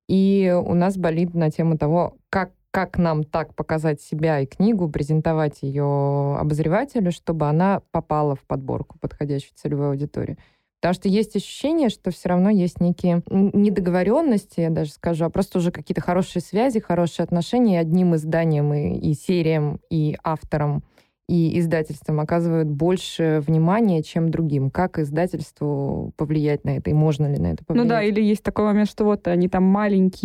И у нас болит на тему того, как, как нам так показать себя и книгу, презентовать ее обозревателю, чтобы она попала в подборку подходящей целевой аудитории. Потому что есть ощущение, что все равно есть некие н- недоговоренности, я даже скажу, а просто уже какие-то хорошие связи, хорошие отношения. И одним изданием, и, и сериям, и авторам, и издательствам оказывают больше внимания, чем другим. Как издательству повлиять на это, и можно ли на это Ну повлиять? да, или есть такой момент, что вот они там маленькие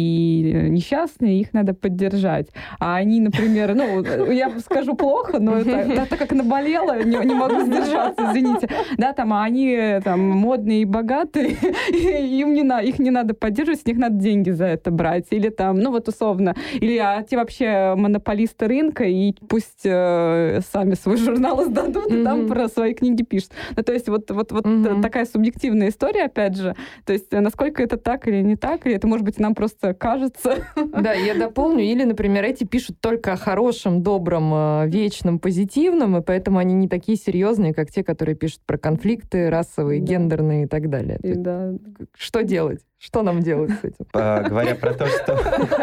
и несчастные, их надо поддержать. А они, например, ну, я скажу плохо, но это, так, так как наболело, не, не могу сдержаться, извините. Да, там, а они там модные и богатые, и им не на, их не надо поддерживать, с них надо деньги за это брать. Или там, ну вот условно, или а те вообще монополисты рынка, и пусть э, сами свой журнал издадут, и там Мгм. про свои книги пишут. Ну, то есть вот, вот, вот Мгм. такая субъективная история, опять же. То есть э, насколько это так или не так, или это, может быть, нам просто кажется. Да, я дополню. Или, например, эти пишут только о хорошем, добром, э, вечном, позитивном, и поэтому они не такие серьезные, как те, которые пишут про конфликты расовые, Да. гендерные и так далее. То И есть да. что делать? Что нам делать с этим? А, Говоря про то, что...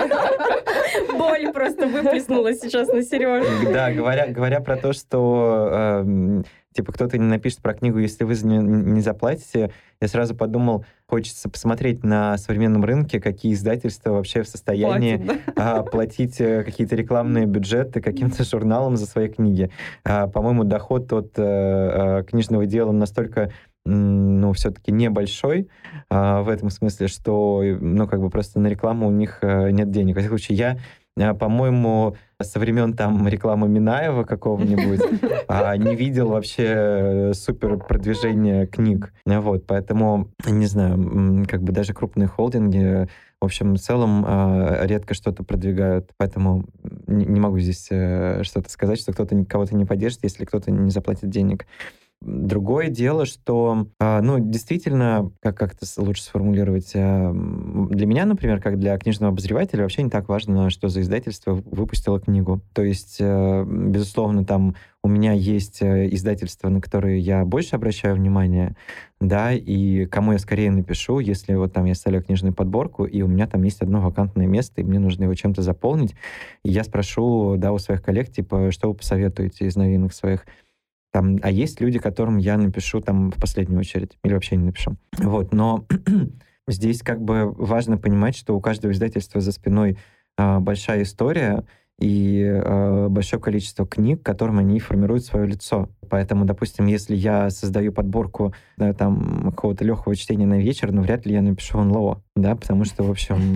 Боль просто выплеснула сейчас на Сережу. Да, говоря, говоря про то, что эм, типа кто-то не напишет про книгу, если вы за нее не заплатите, я сразу подумал, хочется посмотреть на современном рынке, какие издательства вообще в состоянии Платит, да. а, платить э, какие-то рекламные бюджеты каким-то журналам за свои книги. А, по-моему, доход от э, э, книжного дела настолько м, ну, все-таки небольшой а, в этом смысле, что, ну, как бы просто на рекламу у них э, нет денег. В всяком случае, я а, по-моему, со времен там рекламы Минаева какого-нибудь а, не видел вообще супер продвижения книг. Вот, поэтому, не знаю, м, как бы даже крупные холдинги, в общем, в целом а, редко что-то продвигают. Поэтому не, не могу здесь э, что-то сказать, что кто-то кого-то не поддержит, если кто-то не заплатит денег. Другое дело, что, э, ну, действительно, как, как это лучше сформулировать, э, для меня, например, как для книжного обозревателя, вообще не так важно, что за издательство выпустило книгу. То есть, э, безусловно, там у меня есть издательства, на которые я больше обращаю внимание, да, и кому я скорее напишу, если вот там я составляю книжную подборку, и у меня там есть одно вакантное место, и мне нужно его чем-то заполнить, и я спрошу, да, у своих коллег, типа, что вы посоветуете из новинок своих. Там, а есть люди, которым я напишу там в последнюю очередь, или вообще не напишу. Вот, но здесь как бы важно понимать, что у каждого издательства за спиной а, большая история и а, большое количество книг, которым они формируют свое лицо. Поэтому, допустим, если я создаю подборку, да, там, какого-то легкого чтения на вечер, ну, вряд ли я напишу НЛО, да, потому что, в общем,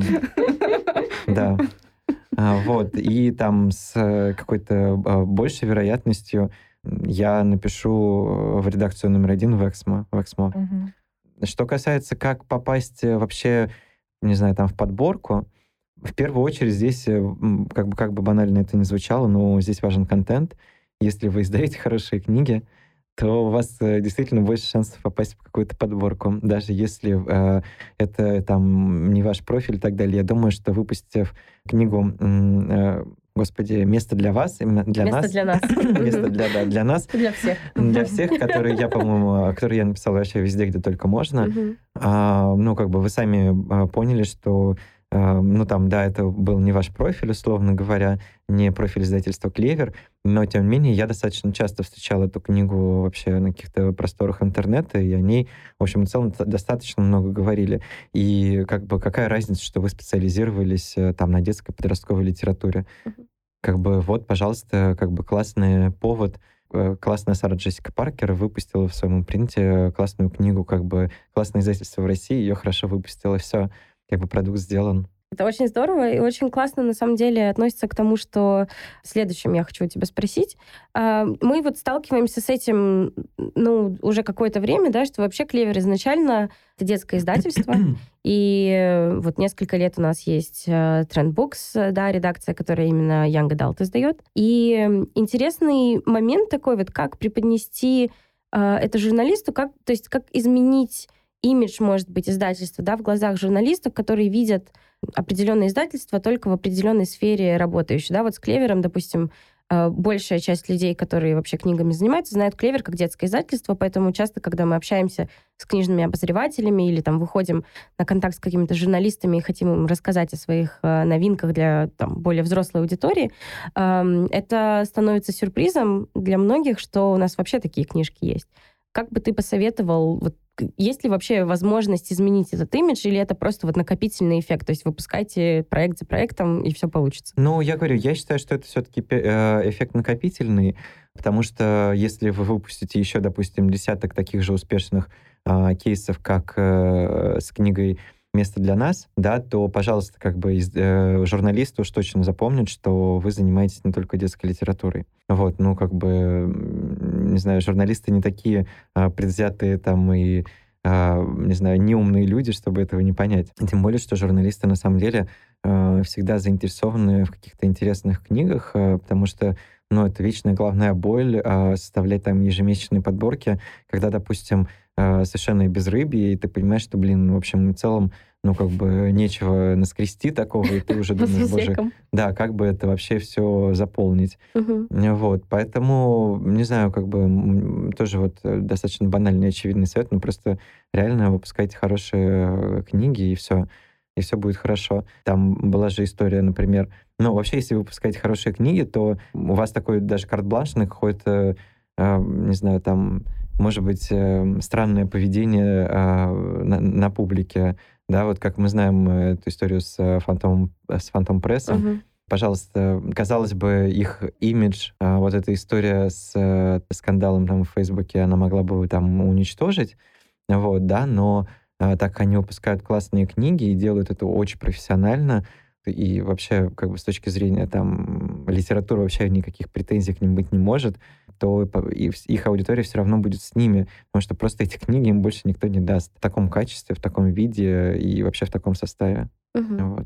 да. Вот, и там с какой-то большей вероятностью я напишу в редакцию номер один в Эксмо. В Эксмо. Угу. Что касается, как попасть вообще, не знаю, там в подборку, в первую очередь здесь, как бы, как бы банально это ни звучало, но здесь важен контент. Если вы издаете хорошие книги, то у вас действительно больше шансов попасть в какую-то подборку. Даже если э, это там не ваш профиль и так далее. Я думаю, что выпустив книгу... Э, Господи, место для вас, именно для место нас. Для нас. Место для, да, для нас. Для всех. Для всех, которые я, по-моему, которые я написал вообще везде, где только можно. А, ну, как бы вы сами поняли, что, а, ну, там, да, это был не ваш профиль, условно говоря, не профиль издательства «Клевер», но, тем не менее, я достаточно часто встречал эту книгу вообще на каких-то просторах интернета, и о ней, в общем, в целом достаточно много говорили. И как бы какая разница, что вы специализировались там на детской подростковой литературе? Uh-huh. Как бы вот, пожалуйста, как бы классный повод. Классная Сара Джессика Паркер выпустила в своем принте классную книгу, как бы классное издательство в России ее хорошо выпустило, все, как бы продукт сделан. Это очень здорово и очень классно, на самом деле, относится к тому, что следующим я хочу у тебя спросить. Мы вот сталкиваемся с этим, ну, уже какое-то время, да, что вообще «Клевер» изначально это детское издательство, и вот несколько лет у нас есть Trendbooks, да, редакция, которая именно Young Adult издает. И интересный момент такой вот, как преподнести это журналисту, как, то есть как изменить имидж, может быть, издательства, да, в глазах журналистов, которые видят определенное издательство только в определенной сфере работающей. Да, вот с «Клевером», допустим, большая часть людей, которые вообще книгами занимаются, знают «Клевер» как детское издательство, поэтому часто, когда мы общаемся с книжными обозревателями или там выходим на контакт с какими-то журналистами и хотим им рассказать о своих новинках для там, более взрослой аудитории, это становится сюрпризом для многих, что у нас вообще такие книжки есть. Как бы ты посоветовал, вот, есть ли вообще возможность изменить этот имидж, или это просто вот накопительный эффект? То есть выпускайте проект за проектом, и все получится? Ну, я говорю, я считаю, что это все-таки эффект накопительный, потому что если вы выпустите еще, допустим, десяток таких же успешных э, кейсов, как э, с книгой «Место для нас», да, то, пожалуйста, как бы э, журналисты уж точно запомнят, что вы занимаетесь не только детской литературой. Вот, ну, как бы, не знаю, журналисты не такие э, предвзятые там и, э, не знаю, неумные люди, чтобы этого не понять. Тем более, что журналисты на самом деле э, всегда заинтересованы в каких-то интересных книгах, э, потому что, ну, это вечная головная боль э, составлять там ежемесячные подборки, когда, допустим, совершенно безрыбье, и ты понимаешь, что, блин, в общем, в целом, ну, как бы нечего наскрести такого, и ты уже думаешь, боже, да, как бы это вообще все заполнить. Uh-huh. Вот, поэтому, не знаю, как бы тоже вот достаточно банальный, очевидный совет, но просто реально выпускайте хорошие книги, и все, и все будет хорошо. Там была же история, например, ну, вообще, если вы выпускаете хорошие книги, то у вас такой даже карт-бланш на какой-то, не знаю, там, может быть, э, странное поведение э, на, на публике, да, вот как мы знаем эту историю с Фантом, с Фантом Прессом. Uh-huh. Пожалуйста, казалось бы, их имидж, э, вот эта история с э, скандалом там в Фейсбуке, она могла бы там уничтожить, вот, да, но э, так как они выпускают классные книги и делают это очень профессионально, и вообще, как бы с точки зрения там литературы вообще никаких претензий к ним быть не может, то их аудитория все равно будет с ними, потому что просто эти книги им больше никто не даст в таком качестве, в таком виде и вообще в таком составе. Угу. Вот.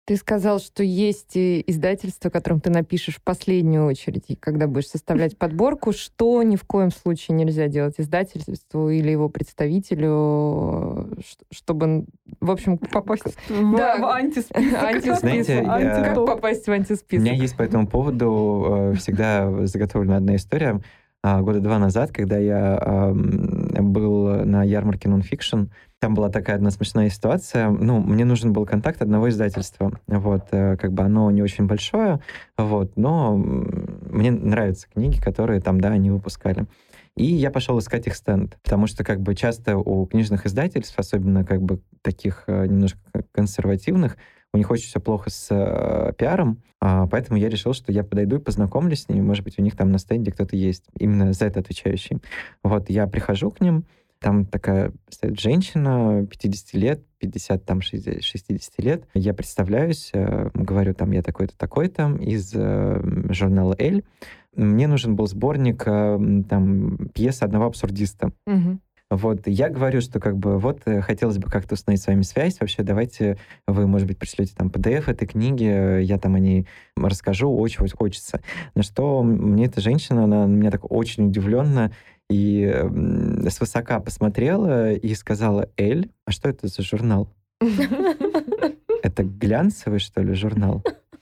Ты сказал, что есть издательства, которым ты напишешь в последнюю очередь, и когда будешь составлять подборку. Что ни в коем случае нельзя делать издательству или его представителю, чтобы, в общем, попасть в, да, в антисписок. антисписок. Знаете, Анти... я... Как попасть в антисписок? У меня есть по этому поводу всегда заготовлена одна история. Года два назад, когда я был на ярмарке Nonfiction, там была такая одна смешная ситуация. Ну, мне нужен был контакт одного издательства. Вот, как бы оно не очень большое, вот, но мне нравятся книги, которые там, да, они выпускали. И я пошел искать их стенд, потому что как бы часто у книжных издательств, особенно как бы таких немножко консервативных, у них очень все плохо с э, пиаром, а, поэтому я решил, что я подойду и познакомлюсь с ними, может быть, у них там на стенде кто-то есть, именно за это отвечающий. Вот, я прихожу к ним, там такая стоит женщина, пятьдесят лет, пятьдесят, там, шестьдесят лет. Я представляюсь, э, говорю, там, я такой-то, такой-то, из э, журнала «Эль». Мне нужен был сборник э, там, пьес одного абсурдиста. Угу. Вот, я говорю, что как бы вот хотелось бы как-то установить с вами связь. Вообще, давайте вы, может быть, пришлете там пи ди эф этой книги, я там о ней расскажу, очень хочется. На что мне эта женщина, она на меня так очень удивленно и свысока посмотрела и сказала: «Эль, а что это за журнал? Это глянцевый, что ли, журнал?»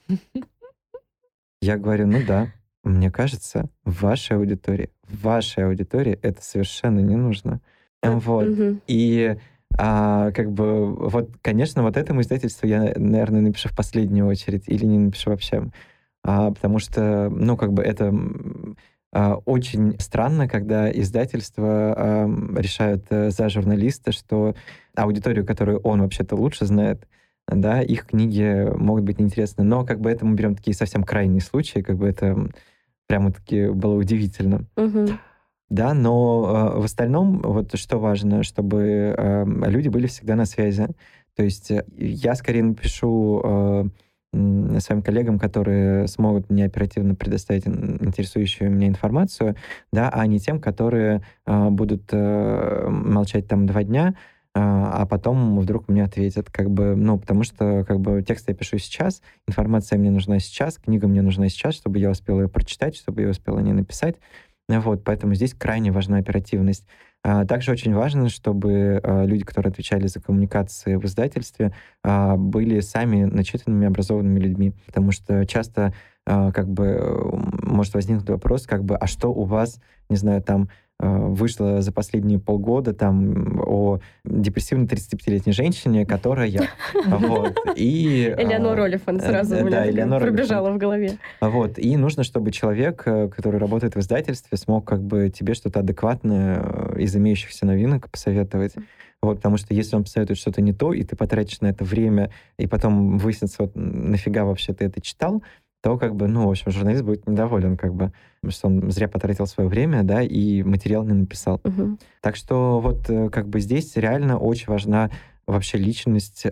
Я говорю: ну да, мне кажется, в вашей аудитории, в вашей аудитории это совершенно не нужно. Вот. Мгм. И а, как бы, вот, конечно, вот этому издательству я, наверное, напишу в последнюю очередь или не напишу вообще. А, потому что, ну, как бы это м, а, очень странно, когда издательства а, решают э, за журналиста, что аудиторию, которую он вообще-то лучше знает, да, их книги могут быть неинтересны. Но как бы это мы берем такие совсем крайние случаи, как бы это прямо-таки было удивительно. Мгм. Да, но э, в остальном вот что важно, чтобы э, люди были всегда на связи. То есть э, я скорее напишу э, м, своим коллегам, которые смогут мне оперативно предоставить ин- интересующую меня информацию, да, а не тем, которые э, будут э, молчать там два дня, а а потом вдруг мне ответят, как бы, ну, потому что, как бы, текст я пишу сейчас, информация мне нужна сейчас, книга мне нужна сейчас, чтобы я успел ее прочитать, чтобы я успел о ней написать. Вот, поэтому здесь крайне важна оперативность. А, Также очень важно, чтобы а, люди, которые отвечали за коммуникации в издательстве, а, были сами начитанными, образованными людьми. Потому что часто а, как бы м, может возникнуть вопрос, как бы, а что у вас, не знаю, там а, вышло за последние полгода там о депрессивной тридцатипятилетней женщине, которая... Вот, и... Элеонор а, Олифант э, сразу у меня да, такая Элеонор Олифант. пробежала в голове. Вот. И нужно, чтобы человек, э, который работает в издательстве, смог как бы тебе что-то адекватное э, из имеющихся новинок посоветовать. Вот, потому что если он посоветует что-то не то, и ты потратишь на это время, и потом выяснится, вот нафига вообще ты это читал, то как бы, ну, в общем, журналист будет недоволен, как бы, что он зря потратил свое время, да, и материал не написал. Мгм. Так что вот э, как бы здесь реально очень важна вообще личность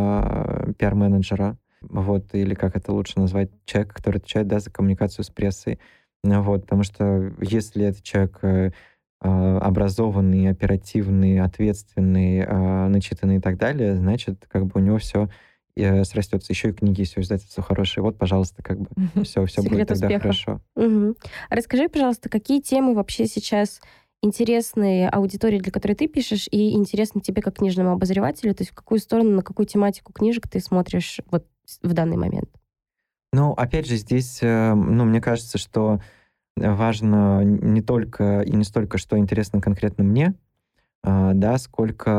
а, пиар-менеджера, вот, или как это лучше назвать, человек, который отвечает, да, за коммуникацию с прессой. Ну вот, потому что если этот человек э, а, образованный, оперативный, ответственный, а, начитанный и так далее, значит, как бы у него все срастется. Еще и книги, если у издательства хорошие. Вот, пожалуйста, как бы все, все будет Секрет тогда успеха. хорошо. Мгм. А расскажи, пожалуйста, какие темы вообще сейчас интересны аудитории, для которой ты пишешь, и интересны тебе как книжному обозревателю? То есть в какую сторону, на какую тематику книжек ты смотришь вот с- в данный момент? Ну, опять же, здесь, э, ну, мне кажется, что важно не только и не столько, что интересно конкретно мне, а, да, сколько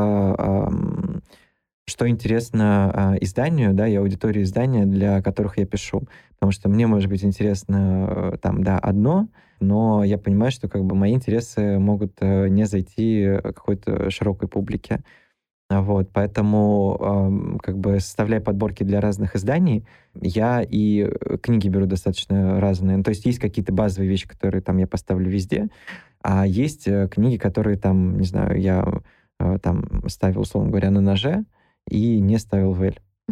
ам, что интересно а, изданию, да, и аудитории издания, для которых я пишу. Потому что мне может быть интересно э, там, да, одно, но я понимаю, что как бы мои интересы могут э, не зайти э, какой-то широкой публике. А Вот, поэтому, ам, как бы составляя подборки для разных изданий, я и э, книги беру достаточно разные. Ну, то есть есть какие-то базовые вещи, которые там я поставлю везде, а есть э, книги, которые там, не знаю, я э, там ставил, условно говоря, на ноже и не ставил в Эль. Мгм.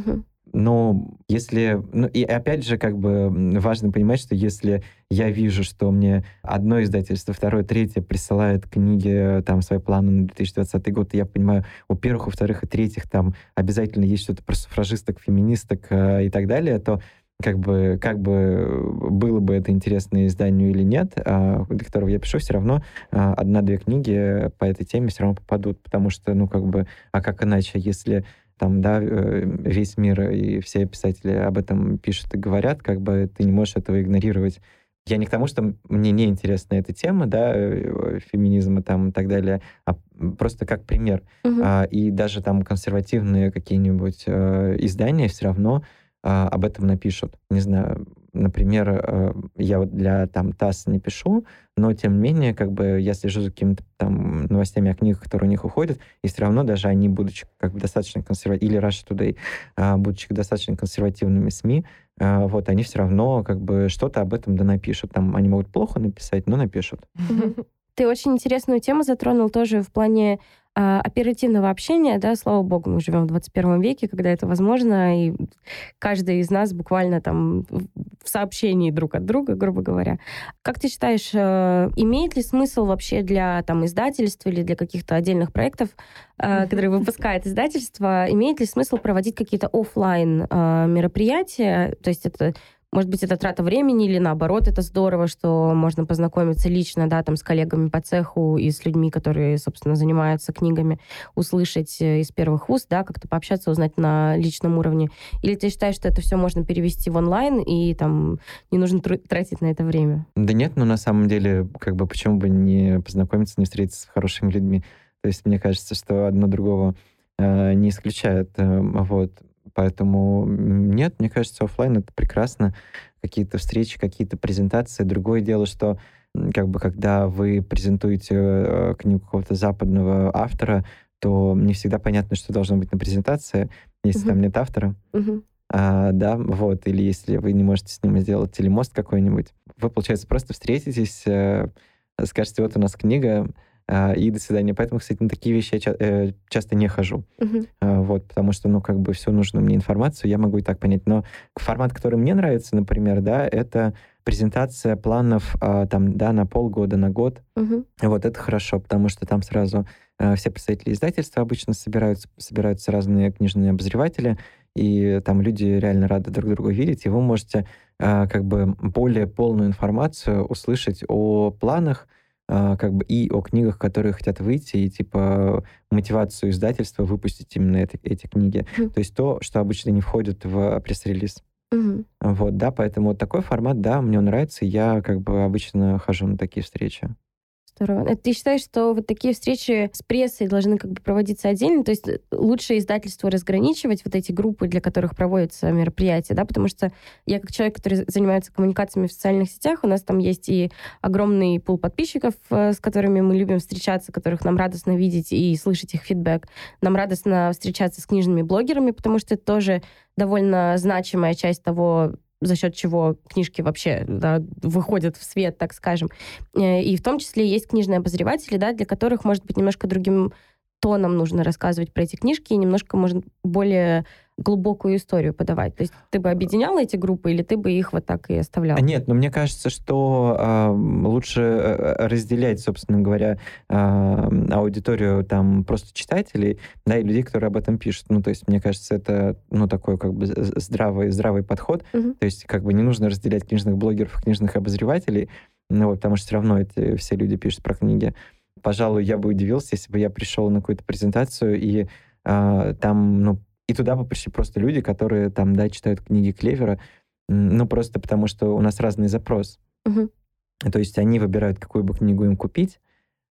Но если... Ну, и опять же, как бы важно понимать, что если я вижу, что мне одно издательство, второе, третье присылает книги, там, свои планы на две тысячи двадцатый год, я понимаю, у первых, у вторых и третьих там обязательно есть что-то про суфражисток, феминисток э, и так далее, то как бы, как бы было бы это интересно изданию или нет, а, для которого я пишу, все равно а, одна-две книги по этой теме все равно попадут, потому что, ну, как бы, а как иначе, если там, да, весь мир и все писатели об этом пишут и говорят, как бы ты не можешь этого игнорировать. Я не к тому, что мне не интересна эта тема, да, феминизма там и так далее, а просто как пример. Мгм. А, и даже там консервативные какие-нибудь э, издания все равно а, об этом напишут. Не знаю, например, э, я вот для там ТАСС не пишу, но тем не менее, как бы я слежу за какими-то там новостями о книгах, которые у них уходят, и все равно даже они, будучи как бы достаточно консервативными, или Russia Today, а, будучи достаточно консервативными СМИ, а, вот, они все равно как бы что-то об этом да напишут. Там они могут плохо написать, но напишут. Мгм. Ты очень интересную тему затронул тоже в плане а, оперативного общения, да, слава богу, мы живем в двадцать первом веке, когда это возможно, и каждый из нас буквально там в в сообщении друг от друга, грубо говоря. Как ты считаешь, э, имеет ли смысл вообще для там издательств или для каких-то отдельных проектов, э, которые выпускает издательство, имеет ли смысл проводить какие-то оффлайн э, мероприятия? То есть это может быть, это трата времени или наоборот, это здорово, что можно познакомиться лично, да, там, с коллегами по цеху и с людьми, которые, собственно, занимаются книгами, услышать э, из первых уст, да, как-то пообщаться, узнать на личном уровне. Или ты считаешь, что это все можно перевести в онлайн и там не нужно тру- тратить на это время? Да нет, ну на самом деле, как бы почему бы не познакомиться, не встретиться с хорошими людьми. То есть мне кажется, что одно другого э, не исключает. э, вот. Поэтому м, нет, мне кажется, оффлайн это прекрасно. Какие-то встречи, какие-то презентации. Другое дело, что м, как бы когда вы презентуете э, книгу какого-то западного автора, то не всегда понятно, что должно быть на презентации, если там Мгм. нет автора. Мгм. А, да, вот, или если вы не можете с ним сделать телемост какой-нибудь, вы, получается, просто встретитесь, э, скажете, вот у нас книга, а, и до свидания. Поэтому, кстати, на такие вещи я ча- э, часто не хожу. Мгм. А, вот, потому что, ну, как бы всю нужную мне информацию я могу и так понять. Но формат, который мне нравится, например, да, это презентация планов а, там, да, на полгода, на год. Мгм. Вот это хорошо, потому что там сразу э, все представители издательства обычно собираются, собираются разные книжные обозреватели, и там люди реально рады друг друга видеть, и вы можете э, как бы более полную информацию услышать о планах, э, как бы и о книгах, которые хотят выйти, и типа мотивацию издательства выпустить именно это- эти книги. Мгм. То есть то, что обычно не входит в пресс-релиз. Мгм. Вот, да, поэтому вот такой формат, да, мне он нравится, и я как бы обычно хожу на такие встречи. Здорово. А ты считаешь, что вот такие встречи с прессой должны как бы проводиться отдельно? То есть э, лучше издательству разграничивать вот эти группы, для которых проводятся мероприятия, да? Потому что я как человек, который занимается коммуникациями в социальных сетях, у нас там есть и огромный пул подписчиков, э, с которыми мы любим встречаться, которых нам радостно видеть и слышать их фидбэк. Нам радостно встречаться с книжными блогерами, потому что это тоже довольно значимая часть того, за счет чего книжки вообще, да, выходят в свет, так скажем. Э, И в том числе есть книжные обозреватели, да, для которых, может быть, немножко другим тоном нужно рассказывать про эти книжки и немножко, может, более глубокую историю подавать. То есть ты бы объединяла эти группы или ты бы их вот так и оставлял? А Нет, но мне кажется, что а, лучше э, разделять, собственно говоря, а, аудиторию там просто читателей, да, и людей, которые об этом пишут. Ну, то есть, мне кажется, это, ну, такой как бы з- здравый, здравый подход. Мгм. То есть, как бы не нужно разделять книжных блогеров и книжных обозревателей, ну, вот, потому что все равно эти все люди пишут про книги. Пожалуй, я бы удивился, если бы я пришел на какую-то презентацию, и а, там, ну, и туда бы пришли просто люди, которые там, да, читают книги Клевера, М, ну, просто потому что у нас разный запрос. Мгм. То есть они выбирают, какую бы книгу им купить,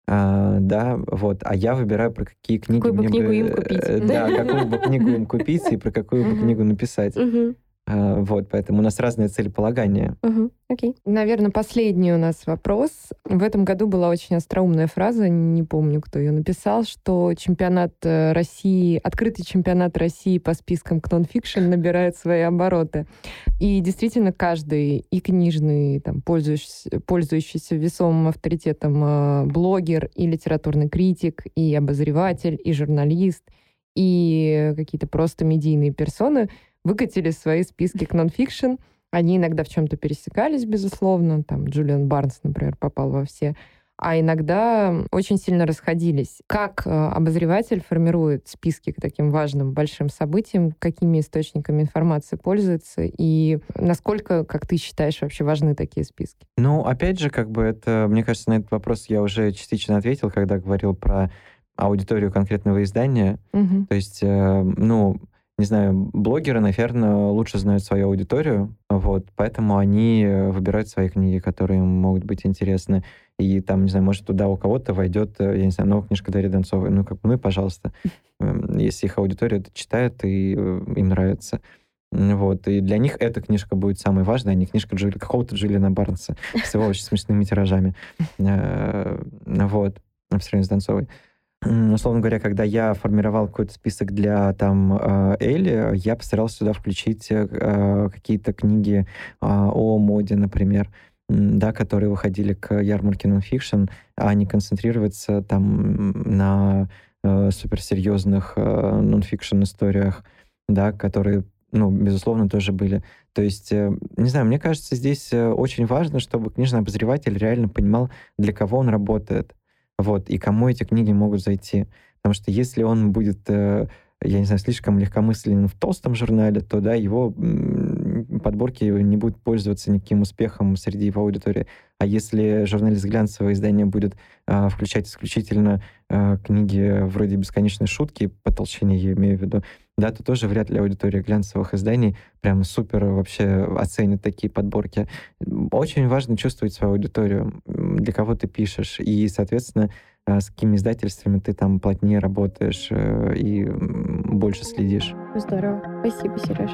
а, да, вот, а я выбираю, про какие книги Какую бы мне книгу бы... им купить. э, Да, какую бы книгу им купить и про какую бы Мгм. книгу написать. Мгм. А, Вот, поэтому у нас разные целеполагания. Мгм. Окей. Наверное, последний у нас вопрос. В этом году была очень остроумная фраза, не помню, кто ее написал, что чемпионат э, России, открытый чемпионат России по спискам нон-фикшн набирает свои обороты. И действительно, каждый и книжный, там, пользующийся, пользующийся весомым авторитетом э, блогер, и литературный критик, и обозреватель, и журналист, и какие-то просто медийные персоны выкатили свои списки к нонфикшн. Они иногда в чем-то пересекались, безусловно. Там Джулиан Барнс, например, попал во все. А иногда очень сильно расходились. Как э, обозреватель формирует списки к таким важным, большим событиям, какими источниками информации пользуется, и насколько, как ты считаешь, вообще важны такие списки? Ну, опять же, как бы это, мне кажется, на этот вопрос я уже частично ответил, когда говорил про аудиторию конкретного издания. Угу. То есть, э, ну, не знаю, блогеры, наверное, лучше знают свою аудиторию, вот, поэтому они выбирают свои книги, которые им могут быть интересны. И там, не знаю, может, туда у кого-то войдет, я не знаю, новая книжка Дарьи Донцовой. Ну, как бы, ну и пожалуйста. Если их аудитория это читает и им нравится. Вот. И для них эта книжка будет самой важной, а не книжка Джули, какого-то Джулиана Барнса с его очень смешными тиражами. Вот. В сравнении с Донцовой. Условно говоря, когда я формировал какой-то список для там Эли, я постарался сюда включить какие-то книги о моде, например, да, которые выходили к ярмарке нонфикшн, а не концентрироваться там на суперсерьезных нонфикшн историях, да, которые, ну, безусловно, тоже были. То есть, не знаю, мне кажется, здесь очень важно, чтобы книжный обозреватель реально понимал, для кого он работает. Вот, и кому эти книги могут зайти. Потому что если он будет, э, я не знаю, слишком легкомысленен в толстом журнале, то, да, его м, подборки не будут пользоваться никаким успехом среди его аудитории. А если журналист глянцевого издания будет э, включать исключительно э, книги вроде «Бесконечной шутки», по толщине я имею в виду, да, то тоже вряд ли аудитория глянцевых изданий прям супер вообще оценит такие подборки. Очень важно чувствовать свою аудиторию, для кого ты пишешь, и, соответственно, с какими издательствами ты там плотнее работаешь и больше следишь. Здорово. Спасибо, Сереж.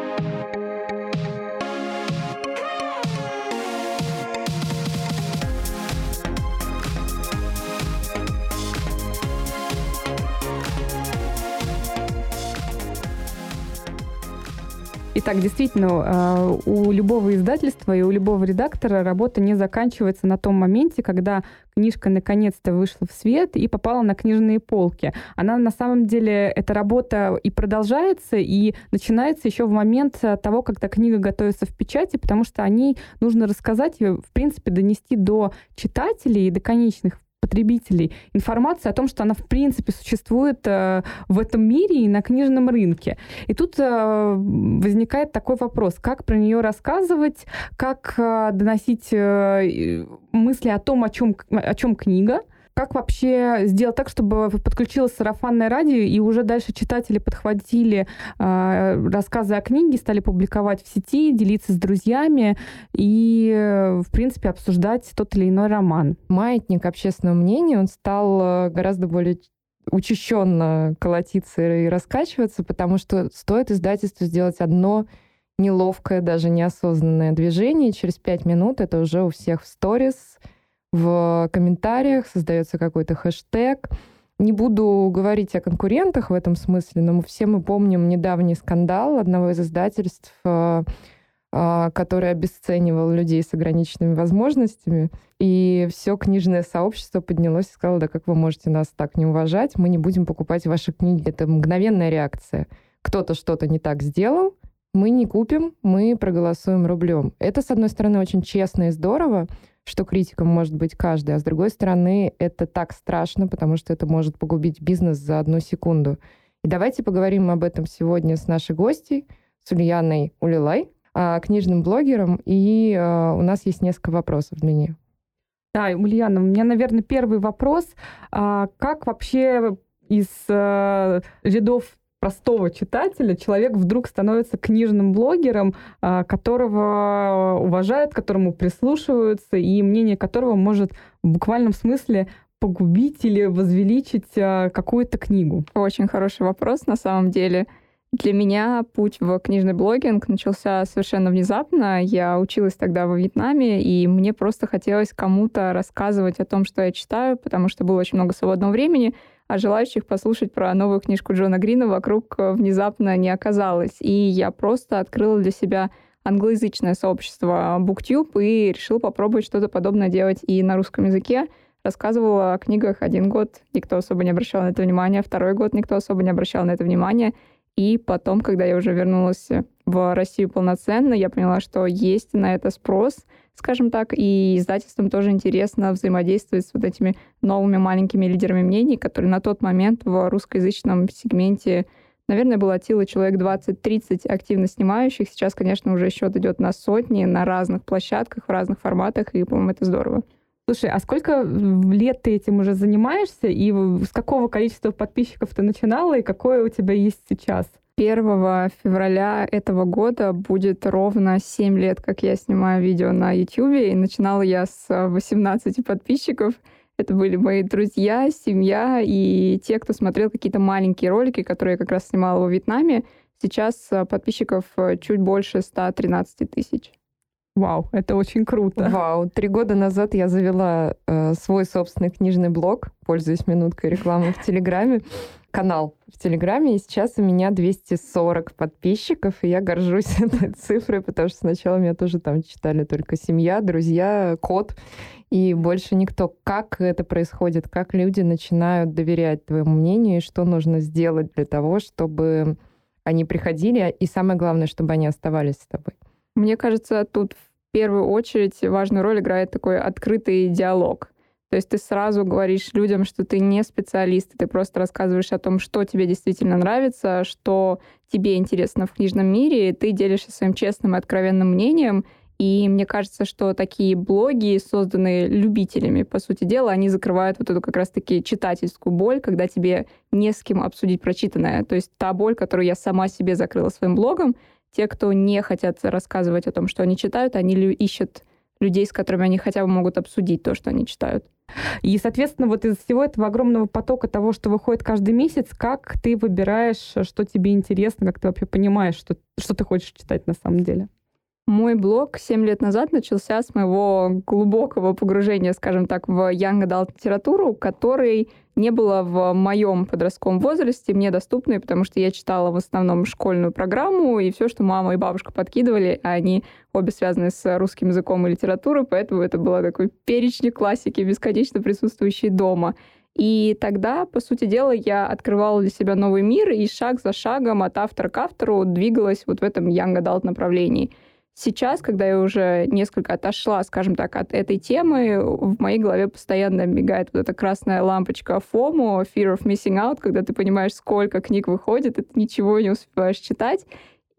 Итак, действительно, у любого издательства и у любого редактора работа не заканчивается на том моменте, когда книжка наконец-то вышла в свет и попала на книжные полки. Она на самом деле, эта работа и продолжается, и начинается еще в момент того, когда книга готовится в печати, потому что о ней нужно рассказать, ее, в принципе, донести до читателей и до конечных потребителей информация о том, что она в принципе существует э, в этом мире и на книжном рынке. И тут э, возникает такой вопрос, как про нее рассказывать, как э, доносить э, мысли о том, о чем, о чем книга, как вообще сделать так, чтобы подключилось сарафанное радио, и уже дальше читатели подхватили э, рассказы о книге, стали публиковать в сети, делиться с друзьями и, э, в принципе, обсуждать тот или иной роман. Маятник общественного мнения, он стал гораздо более учащенно колотиться и раскачиваться, потому что стоит издательству сделать одно неловкое, даже неосознанное движение, через пять минут это уже у всех в сторис, в комментариях создается какой-то хэштег. Не буду говорить о конкурентах в этом смысле, но мы все мы помним недавний скандал одного из издательств, который обесценивал людей с ограниченными возможностями. И все книжное сообщество поднялось и сказало, да как вы можете нас так не уважать, мы не будем покупать ваши книги. Это мгновенная реакция. Кто-то что-то не так сделал, мы не купим, мы проголосуем рублем. Это, с одной стороны, очень честно и здорово, что критиком может быть каждый, а с другой стороны, это так страшно, потому что это может погубить бизнес за одну секунду. И давайте поговорим об этом сегодня с нашей гостьей, с Ульяной Улилай, книжным блогером, и у нас есть несколько вопросов для нее. Да, Ульяна, у меня, наверное, первый вопрос. Как вообще из рядов простого читателя человек вдруг становится книжным блогером, которого уважают, которому прислушиваются, и мнение которого может в буквальном смысле погубить или возвеличить какую-то книгу? Очень хороший вопрос, на самом деле. Для меня путь в книжный блогинг начался совершенно внезапно. Я училась тогда во Вьетнаме, и мне просто хотелось кому-то рассказывать о том, что я читаю, потому что было очень много свободного времени, а желающих послушать про новую книжку Джона Грина вокруг внезапно не оказалось. И я просто открыла для себя англоязычное сообщество BookTube и решила попробовать что-то подобное делать и на русском языке. Рассказывала о книгах один год, никто особо не обращал на это внимания, второй год никто особо не обращал на это внимания. И потом, когда я уже вернулась в Россию полноценно, я поняла, что есть на это спрос, скажем так, и издательствам тоже интересно взаимодействовать с вот этими новыми маленькими лидерами мнений, которые на тот момент в русскоязычном сегменте, наверное, было от силы человек двадцать-тридцать активно снимающих. Сейчас, конечно, уже счет идет на сотни, на разных площадках, в разных форматах, и, по-моему, это здорово. Слушай, а сколько лет ты этим уже занимаешься, и с какого количества подписчиков ты начинала, и какое у тебя есть сейчас? первого февраля этого года будет ровно семь лет, как я снимаю видео на YouTube, и начинала я с восемнадцати подписчиков. Это были мои друзья, семья и те, кто смотрел какие-то маленькие ролики, которые я как раз снимала во Вьетнаме. Сейчас подписчиков чуть больше ста тринадцати тысяч. Вау, это очень круто. Вау, три года назад я завела э, свой собственный книжный блог, пользуясь минуткой рекламы в Телеграме, канал в Телеграме, и сейчас у меня двести сорок подписчиков, и я горжусь этой цифрой, потому что сначала меня тоже там читали только семья, друзья, кот, и больше никто. Как это происходит? Как люди начинают доверять твоему мнению, и что нужно сделать для того, чтобы они приходили, и самое главное, чтобы они оставались с тобой? Мне кажется, тут в первую очередь важную роль играет такой открытый диалог. То есть ты сразу говоришь людям, что ты не специалист, ты просто рассказываешь о том, что тебе действительно нравится, что тебе интересно в книжном мире, и ты делишься своим честным и откровенным мнением. И мне кажется, что такие блоги, созданные любителями, по сути дела, они закрывают вот эту как раз-таки читательскую боль, когда тебе не с кем обсудить прочитанное. То есть та боль, которую я сама себе закрыла своим блогом, те, кто не хотят рассказывать о том, что они читают, они ищут людей, с которыми они хотя бы могут обсудить то, что они читают. И, соответственно, вот из всего этого огромного потока того, что выходит каждый месяц, как ты выбираешь, что тебе интересно, как ты вообще понимаешь, что, что ты хочешь читать на самом деле? Мой блог семь лет назад начался с моего глубокого погружения, скажем так, в young adult литературу, которой не было в моем подростковом возрасте мне доступной, потому что я читала в основном школьную программу и все, что мама и бабушка подкидывали, а они обе связаны с русским языком и литературой, поэтому это был такой перечень классики, бесконечно присутствующий дома. И тогда, по сути дела, я открывала для себя новый мир и шаг за шагом от автора к автору двигалась вот в этом young adult направлении. Сейчас, когда я уже несколько отошла, скажем так, от этой темы, в моей голове постоянно мигает вот эта красная лампочка фомо, fear of missing out, когда ты понимаешь, сколько книг выходит, и ты ничего не успеваешь читать.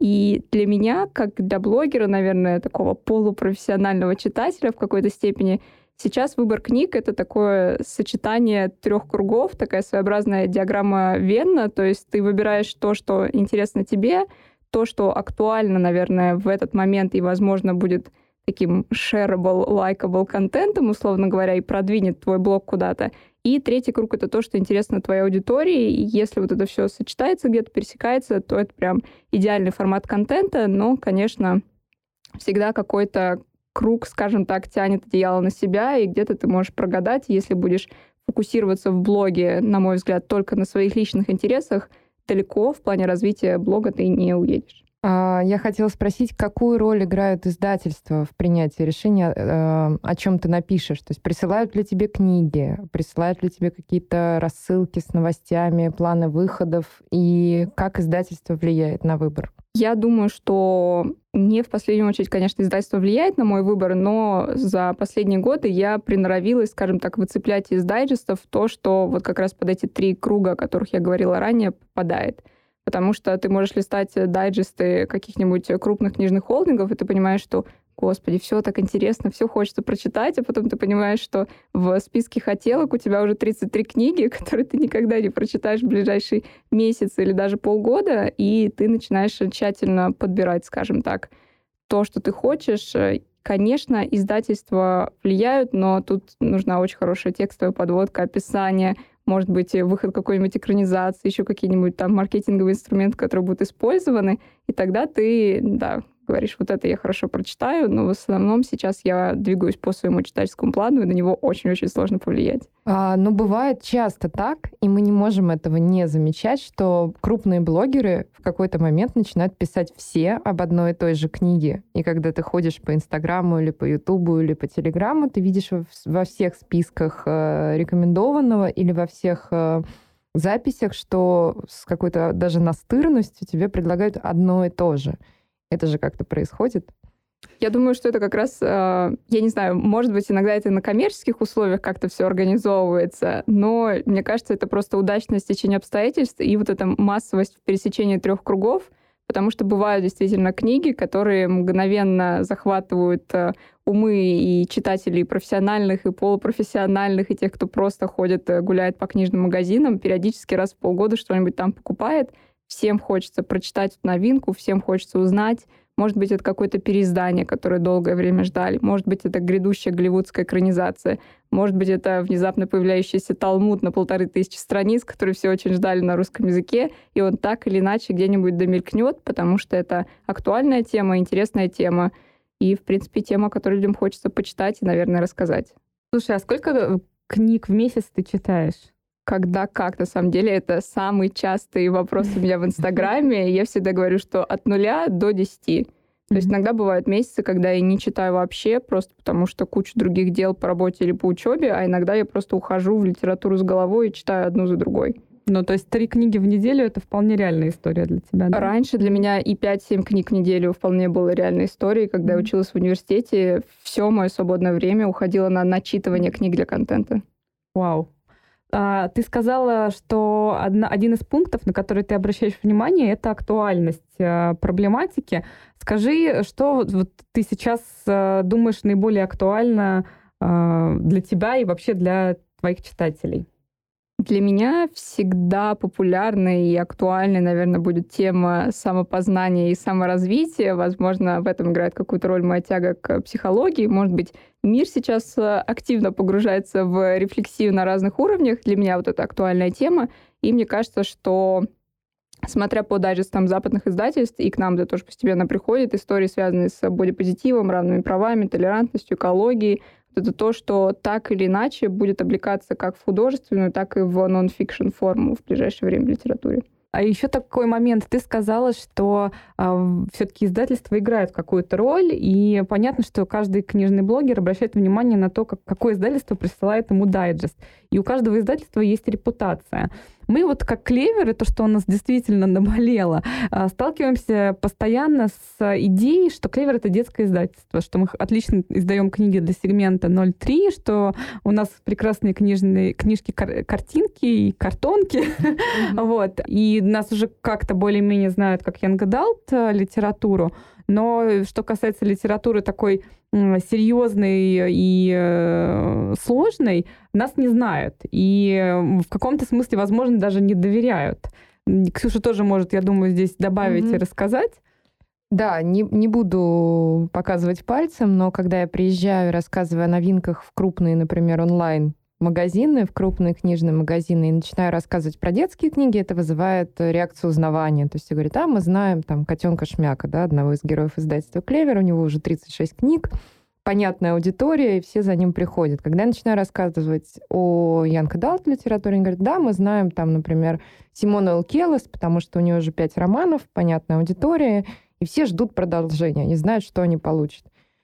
И для меня, как для блогера, наверное, такого полупрофессионального читателя в какой-то степени, сейчас выбор книг — это такое сочетание трех кругов, такая своеобразная диаграмма Венна, то есть ты выбираешь то, что интересно тебе, то, что актуально, наверное, в этот момент и, возможно, будет таким shareable, likable контентом, условно говоря, и продвинет твой блог куда-то. И третий круг — это то, что интересно твоей аудитории. И если вот это все сочетается, где-то пересекается, то это прям идеальный формат контента. Но, конечно, всегда какой-то круг, скажем так, тянет одеяло на себя, и где-то ты можешь прогадать. Если будешь фокусироваться в блоге, на мой взгляд, только на своих личных интересах, далеко в плане развития блога ты не уедешь. Я хотела спросить, какую роль играют издательства в принятии решения, о чем ты напишешь? То есть присылают ли тебе книги, присылают ли тебе какие-то рассылки с новостями, планы выходов, и как издательство влияет на выбор? Я думаю, что не в последнюю очередь, конечно, издательство влияет на мой выбор, но за последние годы я приноровилась, скажем так, выцеплять из дайджестов то, что вот как раз под эти три круга, о которых я говорила ранее, попадает. Потому что ты можешь листать дайджесты каких-нибудь крупных книжных холдингов, и ты понимаешь, что, господи, все так интересно, все хочется прочитать, а потом ты понимаешь, что в списке хотелок у тебя уже тридцать три книги, которые ты никогда не прочитаешь в ближайший месяц или даже полгода, и ты начинаешь тщательно подбирать, скажем так, то, что ты хочешь. Конечно, издательства влияют, но тут нужна очень хорошая текстовая подводка, описание, может быть, выход какой-нибудь экранизации, еще какие-нибудь там маркетинговые инструменты, которые будут использованы, и тогда ты, да, говоришь, вот это я хорошо прочитаю, но в основном сейчас я двигаюсь по своему читательскому плану, и на него очень-очень сложно повлиять. А, ну, бывает часто так, и мы не можем этого не замечать, что крупные блогеры в какой-то момент начинают писать все об одной и той же книге. И когда ты ходишь по Инстаграму или по Ютубу или по Телеграму, ты видишь во всех списках э, рекомендованного или во всех э, записях, что с какой-то даже настырностью тебе предлагают одно и то же. Это же как-то происходит. Я думаю, что это как раз, я не знаю, может быть, иногда это на коммерческих условиях как-то все организовывается, но мне кажется, это просто удачное стечение обстоятельств и вот эта массовость в пересечении трех кругов, потому что бывают действительно книги, которые мгновенно захватывают умы и читателей профессиональных, и полупрофессиональных, и тех, кто просто ходит, гуляет по книжным магазинам, периодически раз в полгода что-нибудь там покупает. Всем хочется прочитать эту новинку, всем хочется узнать. Может быть, это какое-то переиздание, которое долгое время ждали. Может быть, это грядущая голливудская экранизация. Может быть, это внезапно появляющийся талмуд на полторы тысячи страниц, который все очень ждали на русском языке, и он так или иначе где-нибудь домелькнет, потому что это актуальная тема, интересная тема, и, в принципе, тема, которую людям хочется почитать и, наверное, рассказать. Слушай, а сколько книг в месяц ты читаешь? Когда как, на самом деле, это самый частый вопрос у меня в Инстаграме. Я всегда говорю, что от нуля до десяти. То есть иногда бывают месяцы, когда я не читаю вообще, просто потому что куча других дел по работе или по учебе, а иногда я просто ухожу в литературу с головой и читаю одну за другой. Ну, то есть три книги в неделю — это вполне реальная история для тебя, да? Раньше для меня и пять-семь книг в неделю вполне было реальной историей. Когда mm-hmm. я училась в университете, все мое свободное время уходило на начитывание книг для контента. Вау. А, ты сказала, что одна, один из пунктов, на который ты обращаешь внимание, это актуальность а, проблематики. Скажи, что вот, вот ты сейчас а, думаешь наиболее актуально а, для тебя и вообще для твоих читателей? Для меня всегда популярной и актуальной, наверное, будет тема самопознания и саморазвития. Возможно, в этом играет какую-то роль моя тяга к психологии. Может быть, мир сейчас активно погружается в рефлексию на разных уровнях. Для меня вот это актуальная тема. И мне кажется, что, смотря по дайджестам западных издательств, и к нам это тоже постепенно приходит, истории, связанные с бодипозитивом, равными правами, толерантностью, экологией, это то, что так или иначе будет облекаться как в художественную, так и в нон-фикшн форму в ближайшее время в литературе. А еще такой момент. Ты сказала, что э, все-таки издательства играют какую-то роль, и понятно, что каждый книжный блогер обращает внимание на то, как, какое издательство присылает ему дайджест. И у каждого издательства есть репутация. Мы вот как Клевер, и то, что у нас действительно наболело, сталкиваемся постоянно с идеей, что Клевер — это детское издательство, что мы отлично издаем книги для сегмента ноль три, что у нас прекрасные книжные книжки, кар- картинки и картонки. Mm-hmm. Вот. И нас уже как-то более-менее знают как Young Adult литературу. Но что касается литературы такой серьезной и э, сложной, нас не знают. И в каком-то смысле, возможно, даже не доверяют. Ксюша тоже может, я думаю, здесь добавить mm-hmm. и рассказать. Да, не, не буду показывать пальцем, но когда я приезжаю, рассказываю о новинках в крупные, например, онлайн-магазины, в крупные книжные магазины, и начинаю рассказывать про детские книги, это вызывает реакцию узнавания. То есть я говорю, а мы знаем там котенка Шмяка, да, одного из героев издательства Клевер, у него уже тридцать шесть книг, понятная аудитория, и все за ним приходят. Когда я начинаю рассказывать о Young Adult литературе, они говорят, да, мы знаем там, например, Симону Эл Келлес, потому что у нее уже пять романов, понятная аудитория, и все ждут продолжения, они знают, что они получат.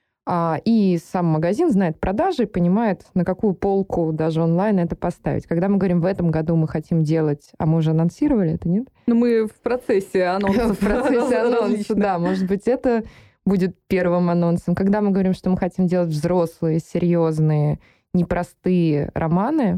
А, и сам магазин знает продажи и понимает, на какую полку даже онлайн это поставить. Когда мы говорим, в этом году мы хотим делать, а мы уже анонсировали это, нет? Ну, мы в процессе анонса. В процессе анонса, да. Может быть, это будет первым анонсом. Когда мы говорим, что мы хотим делать взрослые, серьезные, непростые романы,